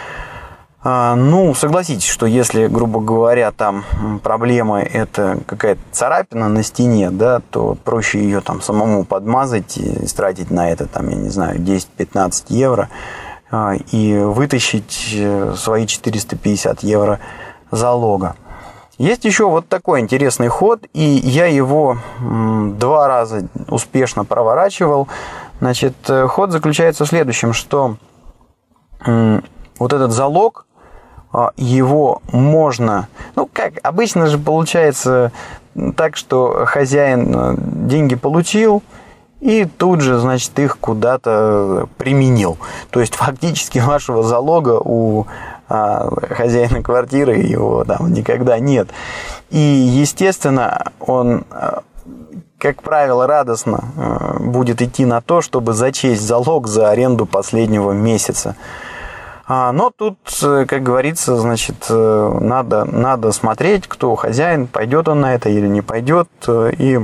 Согласитесь, что если, грубо говоря, там проблема это какая-то царапина на стене, да, то проще ее там самому подмазать и тратить на это, там, я не знаю, 10-15 евро и вытащить свои 450 евро залога. Есть еще вот такой интересный ход, и я его 2 раза успешно проворачивал. Значит, ход заключается в следующем, что вот этот залог, его можно, как обычно же получается так, что хозяин деньги получил и тут же, значит, их куда-то применил. То есть фактически вашего залога у хозяина квартиры его там никогда нет. И, естественно, он, как правило, радостно будет идти на то, чтобы зачесть залог за аренду последнего месяца. Но тут, как говорится, значит, надо смотреть, кто хозяин, пойдет он на это или не пойдет, и,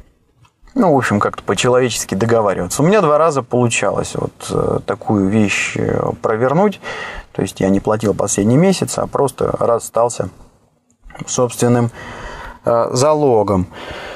в общем, как-то по-человечески договариваться. У меня 2 раза получалось вот такую вещь провернуть, то есть я не платил последний месяц, а просто расстался собственным залогом.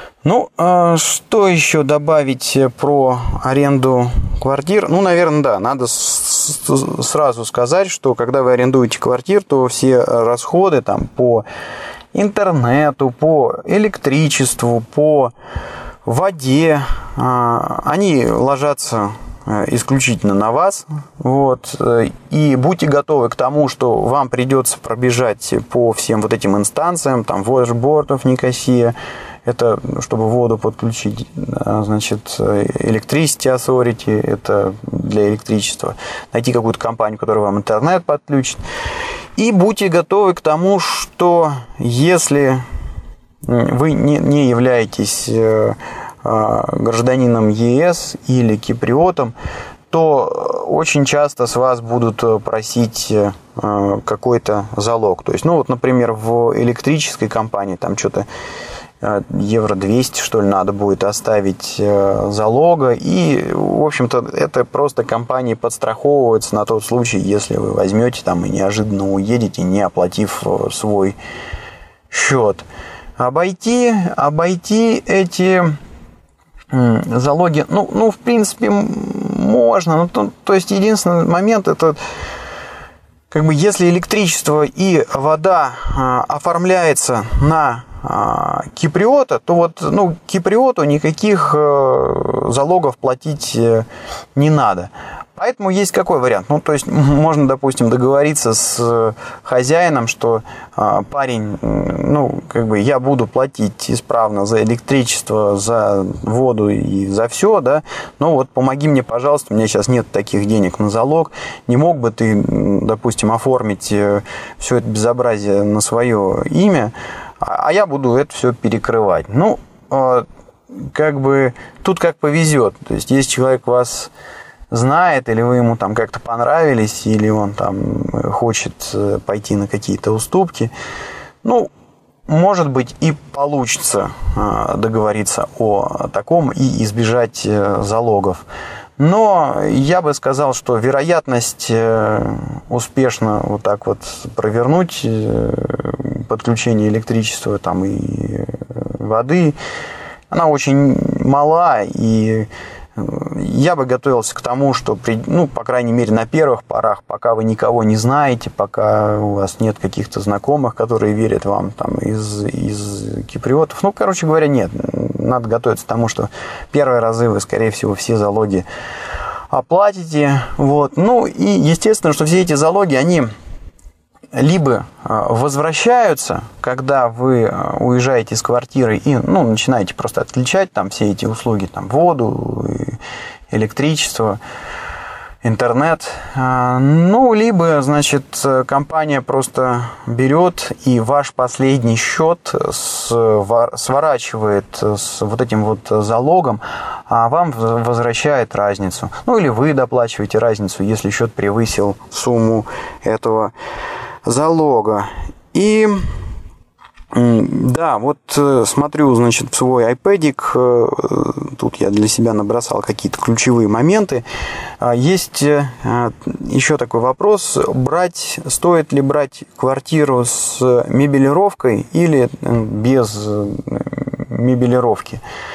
Что еще добавить про аренду квартир? Наверное, да, надо сразу сказать, что когда вы арендуете квартиру, то все расходы там по интернету, по электричеству, по воде, они ложатся исключительно на вас. Вот. И будьте готовы к тому, что вам придется пробежать по всем вот этим инстанциям, там, Waterboard Никосия, это чтобы воду подключить, значит, Electricity Authority, это для электричества, найти какую-то компанию, которая вам интернет подключит. И будьте готовы к тому, что если вы не являетесь гражданином ЕС или киприотом, то очень часто с вас будут просить какой-то залог. То есть, например, в электрической компании там что-то евро 200, что ли, надо будет оставить залога. И, в общем-то, это просто компании подстраховываются на тот случай, если вы возьмете там и неожиданно уедете, не оплатив свой счет. Обойти эти залоги, в принципе, можно. То есть, единственный момент, это если электричество и вода оформляется на киприота, то киприоту никаких залогов платить не надо. Поэтому есть какой вариант? То есть можно, допустим, договориться с хозяином, что парень, я буду платить исправно за электричество, за воду и за все, да, но вот помоги мне, пожалуйста, у меня сейчас нет таких денег на залог, не мог бы ты, допустим, оформить все это безобразие на свое имя, а я буду это все перекрывать. Тут как повезет. То есть, если человек вас знает, или вы ему там как-то понравились, или он там хочет пойти на какие-то уступки, может быть, и получится договориться о таком и избежать залогов. Но я бы сказал, что вероятность успешно вот так вот провернуть подключение электричества там, и воды, она очень мала, и я бы готовился к тому, что, по крайней мере, на первых порах, пока вы никого не знаете, пока у вас нет каких-то знакомых, которые верят вам там, из киприотов. Короче говоря, нет. Надо готовиться к тому, что первые разы вы, скорее всего, все залоги оплатите. Вот. И естественно, что все эти залоги, они либо возвращаются, когда вы уезжаете из квартиры и начинаете просто отключать там все эти услуги, там, воду, электричество, интернет. Либо, компания просто берет и ваш последний счет сворачивает с вот этим вот залогом, а вам возвращает разницу. Или вы доплачиваете разницу, если счет превысил сумму этого залога. И да, вот смотрю, в свой iPadик, тут я для себя набросал какие-то ключевые моменты. Есть еще такой вопрос, стоит ли брать квартиру с мебелировкой или без мебелировки.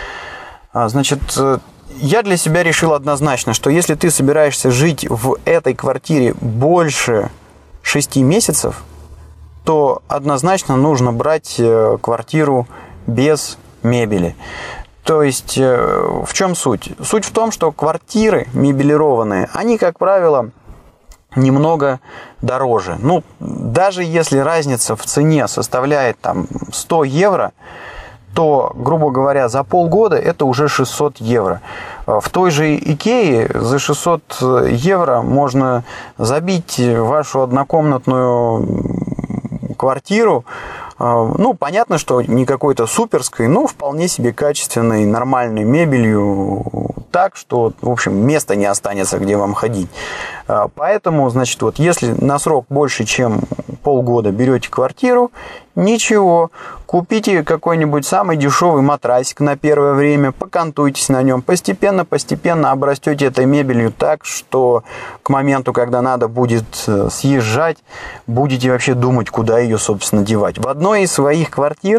Я для себя решил однозначно, что если ты собираешься жить в этой квартире больше 6 месяцев, то однозначно нужно брать квартиру без мебели. То есть, в чем суть? Суть в том, что квартиры мебелированные, они, как правило, немного дороже. Даже если разница в цене составляет 100 евро, то, грубо говоря, за полгода это уже 600 евро. В той же Икее за 600 евро можно забить вашу однокомнатную квартиру. Понятно, что не какой-то суперской, но вполне себе качественной, нормальной мебелью, так, что, в общем, места не останется, где вам ходить. Поэтому, если на срок больше, чем полгода берете квартиру, ничего, купите какой-нибудь самый дешевый матрасик на первое время, покантуйтесь на нем, постепенно обрастете этой мебелью так, что к моменту, когда надо будет съезжать, будете вообще думать, куда ее, собственно, девать. В одной из своих квартир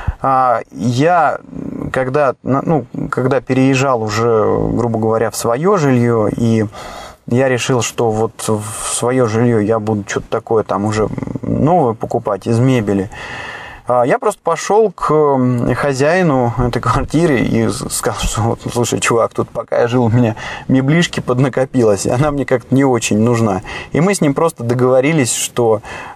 я, когда переезжал уже, грубо говоря, в свое жилье, и я решил, что вот в свое жилье я буду что-то такое там уже новое покупать из мебели. Я просто пошел к хозяину этой квартиры и сказал, что слушай, чувак, тут пока я жил, у меня меблишки поднакопилось, и она мне как-то не очень нужна. И мы с ним просто договорились, что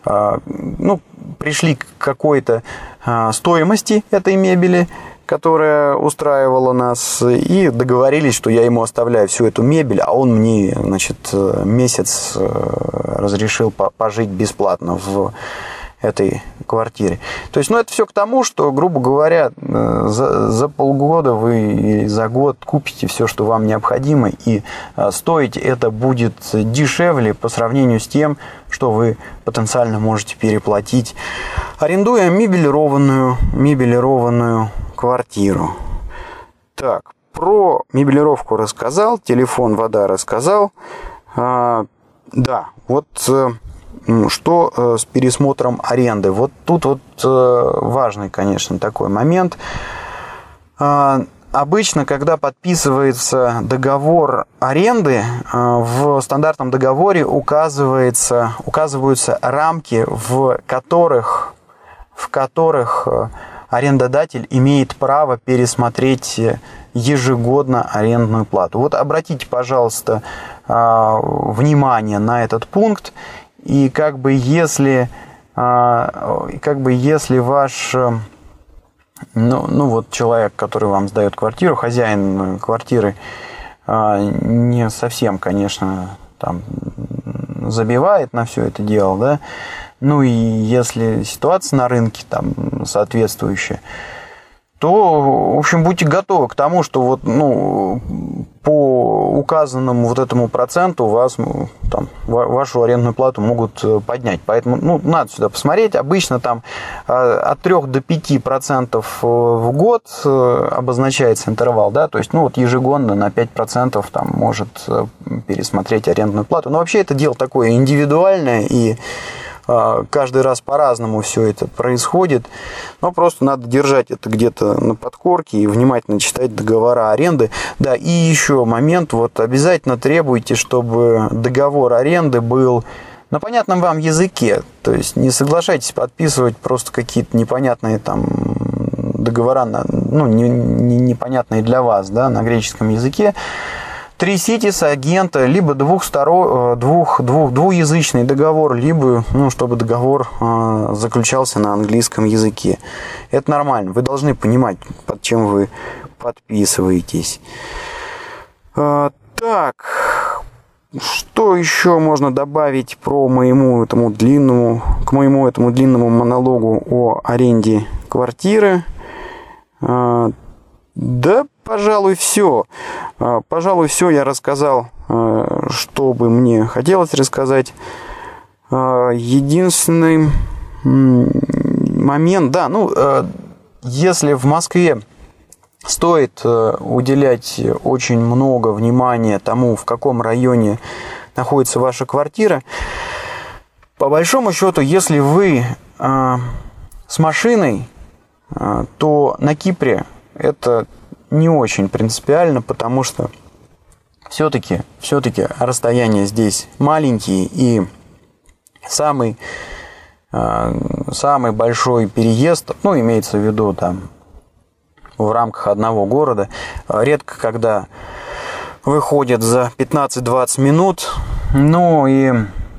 пришли к какой-то стоимости этой мебели, которая устраивала нас, и договорились, что я ему оставляю всю эту мебель, а он мне, месяц разрешил пожить бесплатно в этой квартире. То есть, это все к тому, что, грубо говоря, за полгода вы или за год купите все, что вам необходимо, и стоить это будет дешевле по сравнению с тем, что вы потенциально можете переплатить, арендуя мебелированную квартиру. Так, про мебелировку рассказал, телефон, вода рассказал. Что с пересмотром аренды? Вот тут важный, конечно, такой момент. Обычно, когда подписывается договор аренды, в стандартном договоре указываются рамки, в которых арендодатель имеет право пересмотреть ежегодно арендную плату. Вот обратите, пожалуйста, внимание на этот пункт. И если ваш человек, который вам сдает квартиру, хозяин квартиры, не совсем, конечно, там забивает на все это дело, да, и если ситуация на рынке там соответствующая, то, в общем, будьте готовы к тому, что по указанному вот этому проценту вас там, вашу арендную плату могут поднять. Поэтому надо сюда посмотреть. Обычно там от 3 до 5% в год обозначается интервал, да, то есть ежегодно на 5% там может пересмотреть арендную плату. Но вообще это дело такое индивидуальное, и каждый раз по-разному все это происходит, но просто надо держать это где-то на подкорке и внимательно читать договора аренды. Да, и еще момент, обязательно требуйте, чтобы договор аренды был на понятном вам языке, то есть не соглашайтесь подписывать просто какие-то непонятные там договора, непонятные для вас, да, на греческом языке. Тряситесь агента, либо двуязычный договор, либо, чтобы договор заключался на английском языке. Это нормально. Вы должны понимать, под чем вы подписываетесь. Так, что еще можно добавить к моему этому длинному монологу о аренде квартиры? Да, пожалуй, все. Я рассказал, что бы мне хотелось рассказать. Единственный момент, да, если в Москве стоит уделять очень много внимания тому, в каком районе находится ваша квартира, по большому счету, если вы с машиной, то на Кипре это не очень принципиально, потому что все-таки расстояния здесь маленькие, и самый большой переезд, имеется в виду там в рамках одного города, редко когда выходит за 15-20 минут. И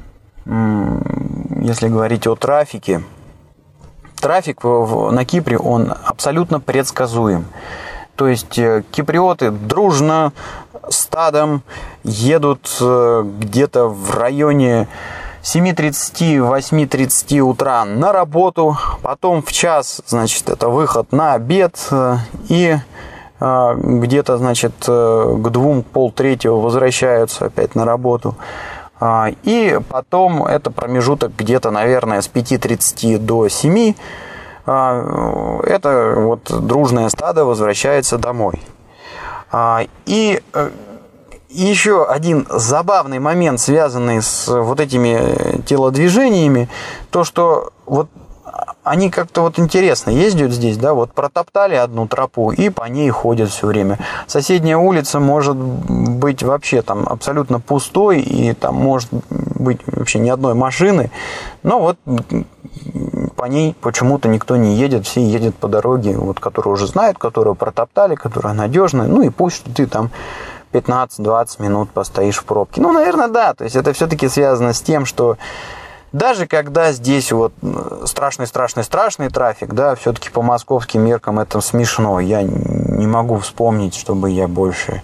если говорить о трафике, трафик на Кипре, он абсолютно предсказуем. То есть киприоты дружно, стадом едут где-то в районе 7:30, 8:30 утра на работу, потом в час, это выход на обед, и где-то, к 2, полтретьего возвращаются опять на работу. И потом это промежуток где-то, наверное, с 5:30 до 7. Это дружное стадо возвращается домой. И еще один забавный момент, связанный с этими телодвижениями, то, что они как-то интересно ездят здесь, да, протоптали одну тропу и по ней ходят все время. Соседняя улица может быть вообще там абсолютно пустой, и там может быть вообще ни одной машины, но по ней почему-то никто не едет, все едут по дороге, которую уже знают, которую протоптали, которая надежная, и пусть ты там 15-20 минут постоишь в пробке. Наверное, да, то есть это все-таки связано с тем, что даже когда здесь страшный трафик, да, все-таки по московским меркам это смешно. Я не могу вспомнить, чтобы я больше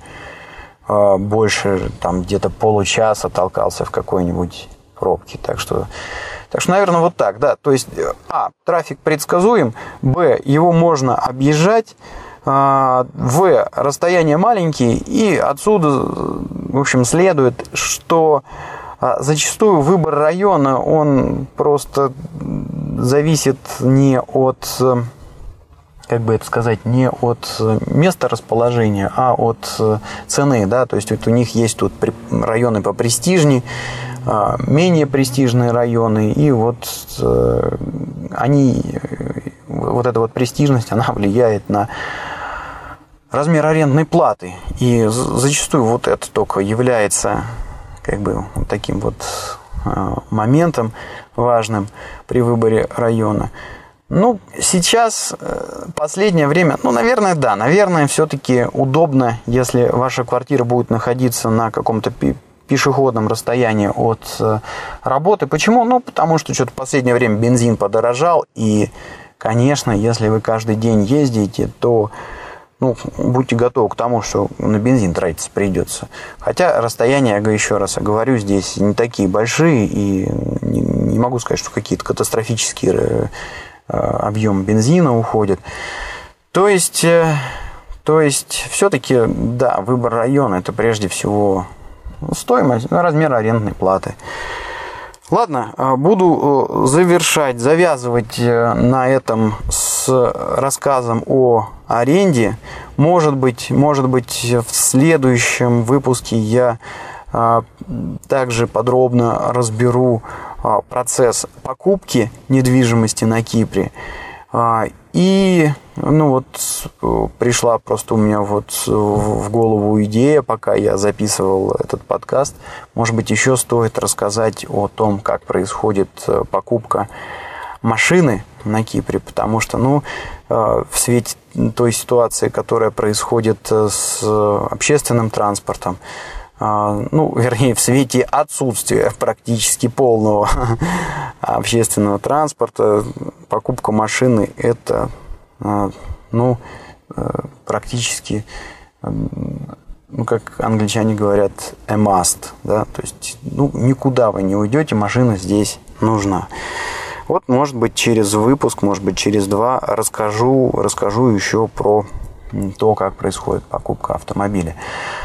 там где-то получаса толкался в какой-нибудь пробке. Так что, наверное, так, да. То есть, трафик предсказуем, б, его можно объезжать, в, расстояния маленькие, и отсюда, в общем, следует, что зачастую выбор района, он просто зависит не от, не от места расположения, а от цены, да, то есть у них есть тут районы попрестижнее, менее престижные районы, и эта престижность, она влияет на размер арендной платы, и зачастую это только является таким моментом важным при выборе района. Сейчас, последнее время, наверное, да, наверное, все-таки удобно, если ваша квартира будет находиться на каком-то пешеходном расстоянии от работы. Почему? Потому что что-то в последнее время бензин подорожал, и, конечно, если вы каждый день ездите, то будьте готовы к тому, что на бензин тратиться придется. Хотя расстояния, я еще раз говорю, здесь не такие большие, и не могу сказать, что какие-то катастрофические объемы бензина уходят. То есть То есть, все-таки, да, выбор района – это прежде всего стоимость, размер арендной платы. Ладно, буду завязывать на этом с рассказом о аренде. Может быть, в следующем выпуске я также подробно разберу процесс покупки недвижимости на Кипре. И, пришла просто у меня в голову идея, пока я записывал этот подкаст. Может быть, еще стоит рассказать о том, как происходит покупка машины на Кипре, потому что, в свете той ситуации, которая происходит с общественным транспортом, в свете отсутствия практически полного общественного транспорта, покупка машины – это, практически, как англичане говорят, a must, да, то есть, никуда вы не уйдете, машина здесь нужна. Вот, может быть, через выпуск, может быть, через 2 расскажу еще про то, как происходит покупка автомобиля.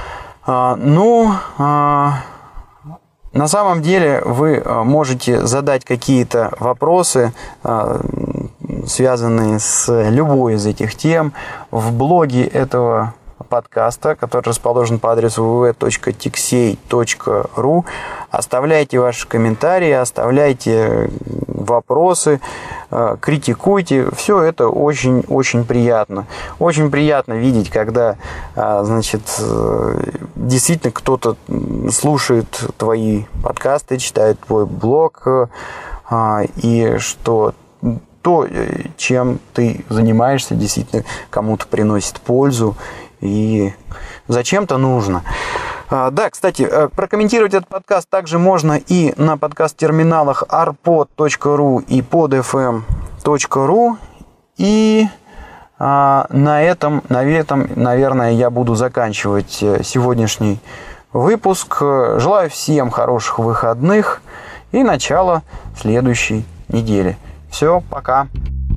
На самом деле вы можете задать какие-то вопросы, связанные с любой из этих тем, в блоге этого подкаста, который расположен по адресу www.tixey.ru. Оставляйте ваши комментарии, оставляйте вопросы, критикуйте. Все это очень приятно. Очень приятно видеть, когда, действительно кто-то слушает твои подкасты, читает твой блог, и что то, чем ты занимаешься, действительно кому-то приносит пользу и зачем-то нужно. Да, кстати, прокомментировать этот подкаст также можно и на подкаст-терминалах arpod.ru и podfm.ru. И на этом, наверное, я буду заканчивать сегодняшний выпуск. Желаю всем хороших выходных и начала следующей недели. Все, пока.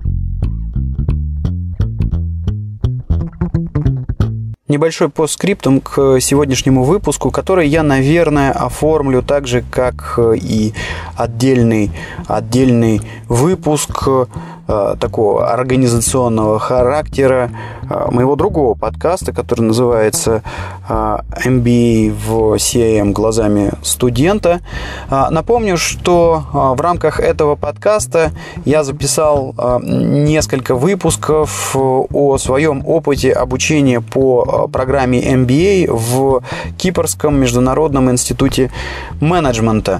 Небольшой постскриптум к сегодняшнему выпуску, который я, наверное, оформлю так же, как и отдельный выпуск такого организационного характера моего другого подкаста, который называется MBA в CIM глазами студента. Напомню, что в рамках этого подкаста я записал несколько выпусков о своем опыте обучения по программе MBA в Кипрском международном институте менеджмента.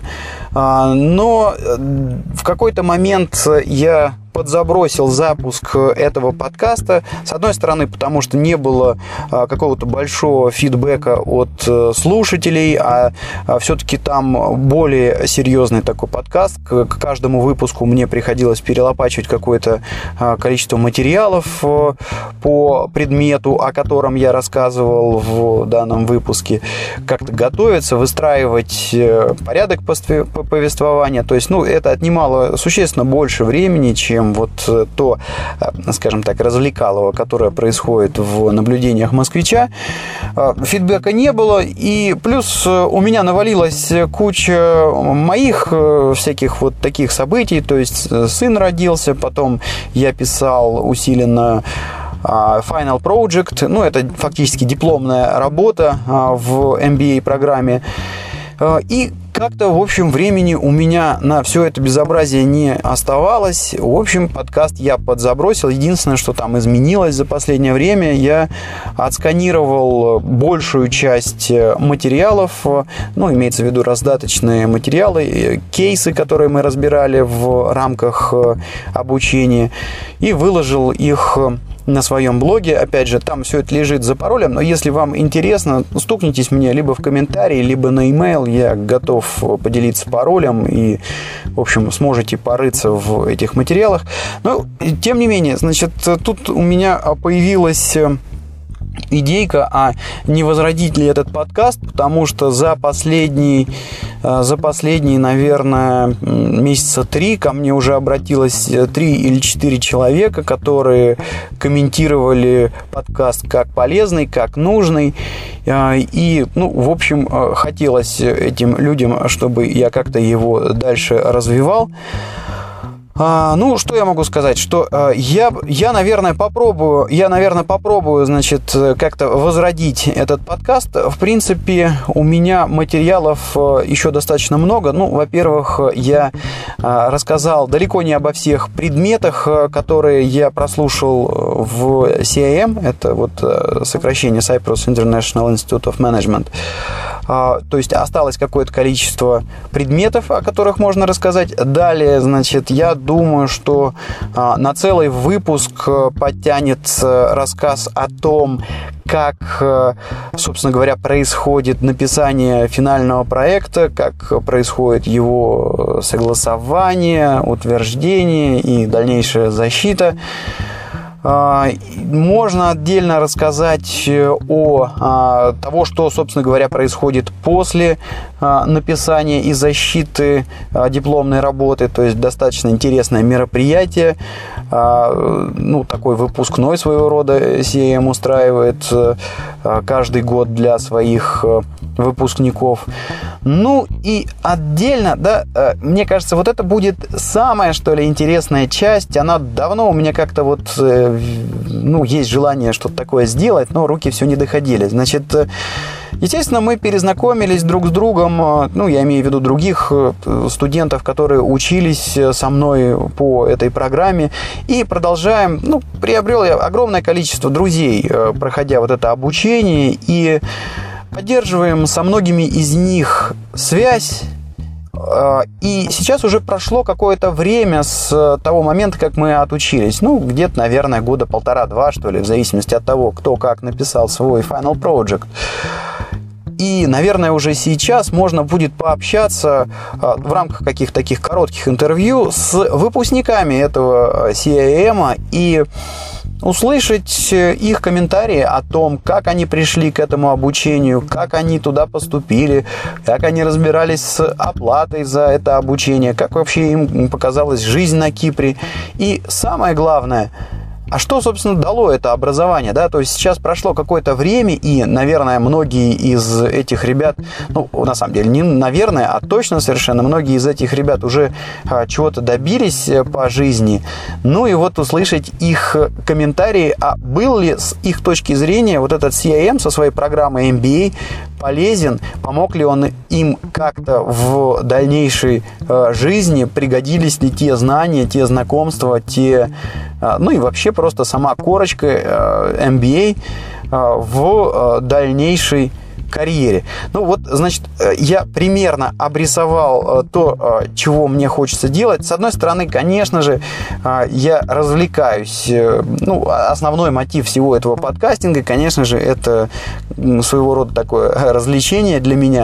Но в какой-то момент я подзабросил запуск этого подкаста. С одной стороны, потому что не было какого-то большого фидбэка от слушателей, а все-таки там более серьезный такой подкаст. К каждому выпуску мне приходилось перелопачивать какое-то количество материалов по предмету, о котором я рассказывал в данном выпуске, как-то готовиться, выстраивать порядок повествования. То есть, это отнимало существенно больше времени, чем то, скажем так, развлекалово, которое происходит в наблюдениях москвича. Фидбэка не было, и плюс у меня навалилась куча моих всяких таких событий, то есть сын родился, потом я писал усиленно Final Project, это фактически дипломная работа в MBA-программе, и как-то, в общем, времени у меня на все это безобразие не оставалось. В общем, подкаст я подзабросил. Единственное, что там изменилось за последнее время, я отсканировал большую часть материалов, имеется в виду раздаточные материалы, кейсы, которые мы разбирали в рамках обучения, и выложил их на своем блоге. Опять же, там все это лежит за паролем, но если вам интересно, стукнитесь мне либо в комментарии, либо на e-mail, я готов поделиться паролем и, в общем, сможете порыться в этих материалах. Но, тем не менее, тут у меня появилась идейка, а не возродить ли этот подкаст, потому что за последний за последние, наверное, месяца 3 ко мне уже обратилось 3 или 4 человека, которые комментировали подкаст как полезный, как нужный. И, в общем, хотелось этим людям, чтобы я как-то его дальше развивал. Что я могу сказать? Что я, наверное, попробую, значит, как-то возродить этот подкаст. В принципе, у меня материалов еще достаточно много. Во-первых, я рассказал далеко не обо всех предметах, которые я прослушал в CIM. Это вот сокращение Cyprus International Institute of Management. То есть осталось какое-то количество предметов, о которых можно рассказать. Далее, значит, я думаю, что на целый выпуск подтянется рассказ о том, как, собственно говоря, происходит написание финального проекта, как происходит его согласование, утверждение и дальнейшая защита. Можно отдельно рассказать о того, что, собственно говоря, происходит после написания и защиты дипломной работы. То есть достаточно интересное мероприятие. Такой выпускной своего рода CIM устраивает каждый год для своих выпускников. И отдельно, мне кажется, вот это будет самая, что ли, интересная часть. Она давно у меня как-то есть желание что-то такое сделать, но руки все не доходили. Значит, естественно, мы перезнакомились друг с другом, я имею в виду других студентов, которые учились со мной по этой программе, и продолжаем, приобрел я огромное количество друзей, проходя вот это обучение, и поддерживаем со многими из них связь. И сейчас уже прошло какое-то время с того момента, как мы отучились. Где-то, наверное, года 1,5-2, что ли, в зависимости от того, кто как написал свой Final Project. И, наверное, уже сейчас можно будет пообщаться в рамках каких-то таких коротких интервью с выпускниками этого CIM и услышать их комментарии о том, как они пришли к этому обучению, как они туда поступили, как они разбирались с оплатой за это обучение, как вообще им показалась жизнь на Кипре. И самое главное, а что, собственно, дало это образование, да? То есть сейчас прошло какое-то время, и, наверное, многие из этих ребят, на самом деле, не наверное, а точно совершенно, многие из этих ребят уже чего-то добились по жизни. И вот услышать их комментарии, а был ли с их точки зрения вот этот CIM со своей программой MBA полезен, помог ли он им как-то в дальнейшей жизни, пригодились ли те знания, те знакомства, и вообще просто сама корочка MBA в дальнейшей карьере. Значит, я примерно обрисовал то, чего мне хочется делать. С одной стороны, конечно же, я развлекаюсь. Основной мотив всего этого подкастинга, конечно же, это своего рода такое развлечение для меня.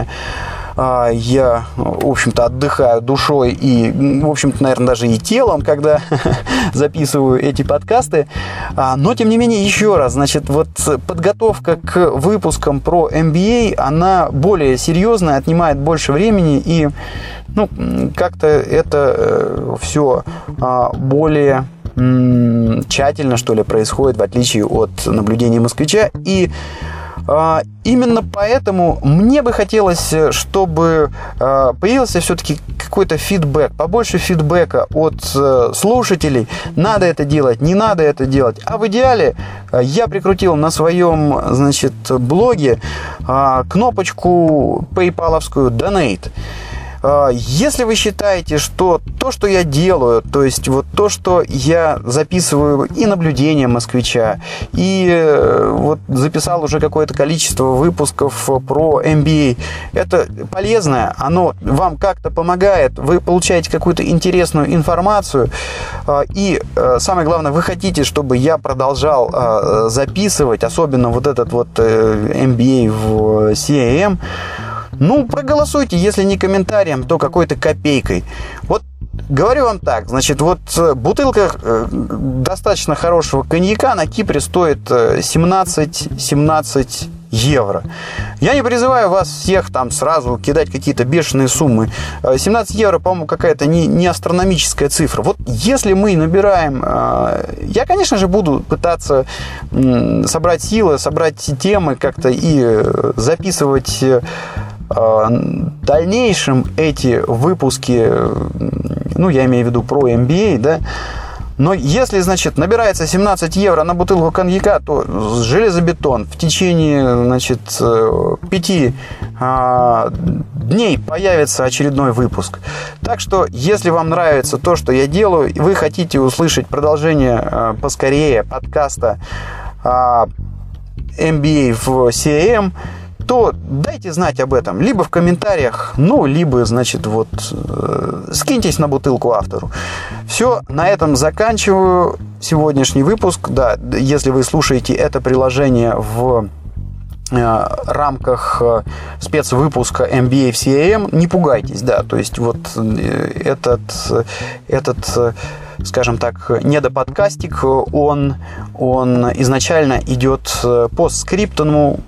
Я, в общем-то, отдыхаю душой и, в общем-то, наверное, даже и телом, когда записываю эти подкасты. Но, тем не менее, еще раз, значит, подготовка к выпускам про MBA, она более серьезная, отнимает больше времени, и, как-то это все более тщательно, что ли, происходит, в отличие от наблюдений москвича. И именно поэтому мне бы хотелось, чтобы появился все-таки какой-то фидбэк, побольше фидбэка от слушателей. Надо это делать, не надо это делать. А в идеале я прикрутил на своем, значит, блоге кнопочку PayPal-овскую Donate. Если вы считаете, что то, что я делаю, то есть вот то, что я записываю и наблюдения москвича, и вот записал уже какое-то количество выпусков про MBA, это полезное, оно вам как-то помогает, вы получаете какую-то интересную информацию, и самое главное, вы хотите, чтобы я продолжал записывать, особенно вот этот вот MBA в CIM, проголосуйте, если не комментарием, то какой-то копейкой. Вот говорю вам так, значит, вот бутылка достаточно хорошего коньяка на Кипре стоит 17 евро. Я не призываю вас всех там сразу кидать какие-то бешеные суммы. 17 евро, по-моему, какая-то не астрономическая цифра. Вот если мы набираем... Я, конечно же, буду пытаться собрать силы, собрать темы как-то и записывать в дальнейшем эти выпуски, ну, я имею в виду про MBA, да. Но если, значит, набирается 17 евро на бутылку коньяка, то железобетон в течение, значит, 5 дней появится очередной выпуск. Так что, если вам нравится то, что я делаю, и вы хотите услышать продолжение поскорее подкаста MBA в CRM, то дайте знать об этом либо в комментариях, ну, либо, значит, вот скиньтесь на бутылку автору. Все, на этом заканчиваю сегодняшний выпуск. Да, если вы слушаете это приложение в рамках спецвыпуска MBA в CRM, не пугайтесь, да, то есть вот этот скажем так, недоподкастик, он изначально идет постскриптумом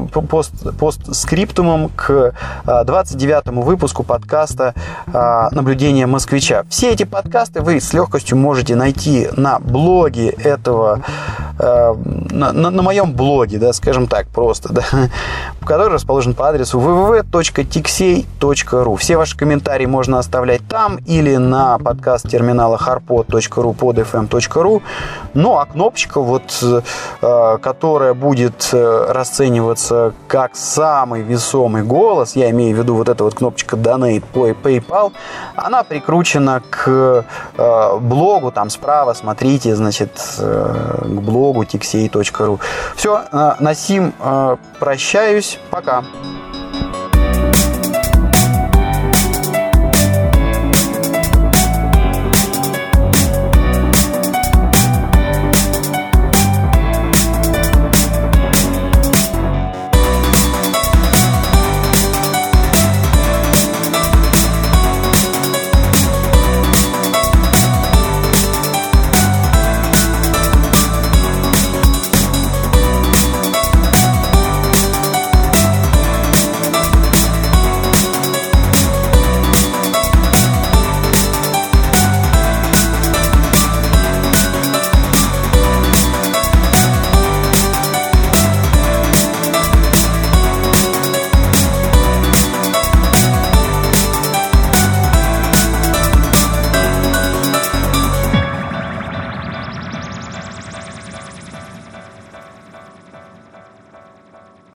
к 29-му выпуску подкаста «Наблюдение москвича». Все эти подкасты вы с легкостью можете найти на блоге этого, на моем блоге, да, скажем так, просто, да, который расположен по адресу www.tixey.ru. Все ваши комментарии можно оставлять там или на подкаст-терминалах harpod.ru, podfm.ru. Ну, а кнопочка, вот, которая будет расцениваться как самый весомый голос, я имею в виду вот эта вот кнопочка Donate по PayPal, она прикручена к блогу, там справа, смотрите, значит, к блогу tixey.ru. Все, на сим прощаюсь. Пока.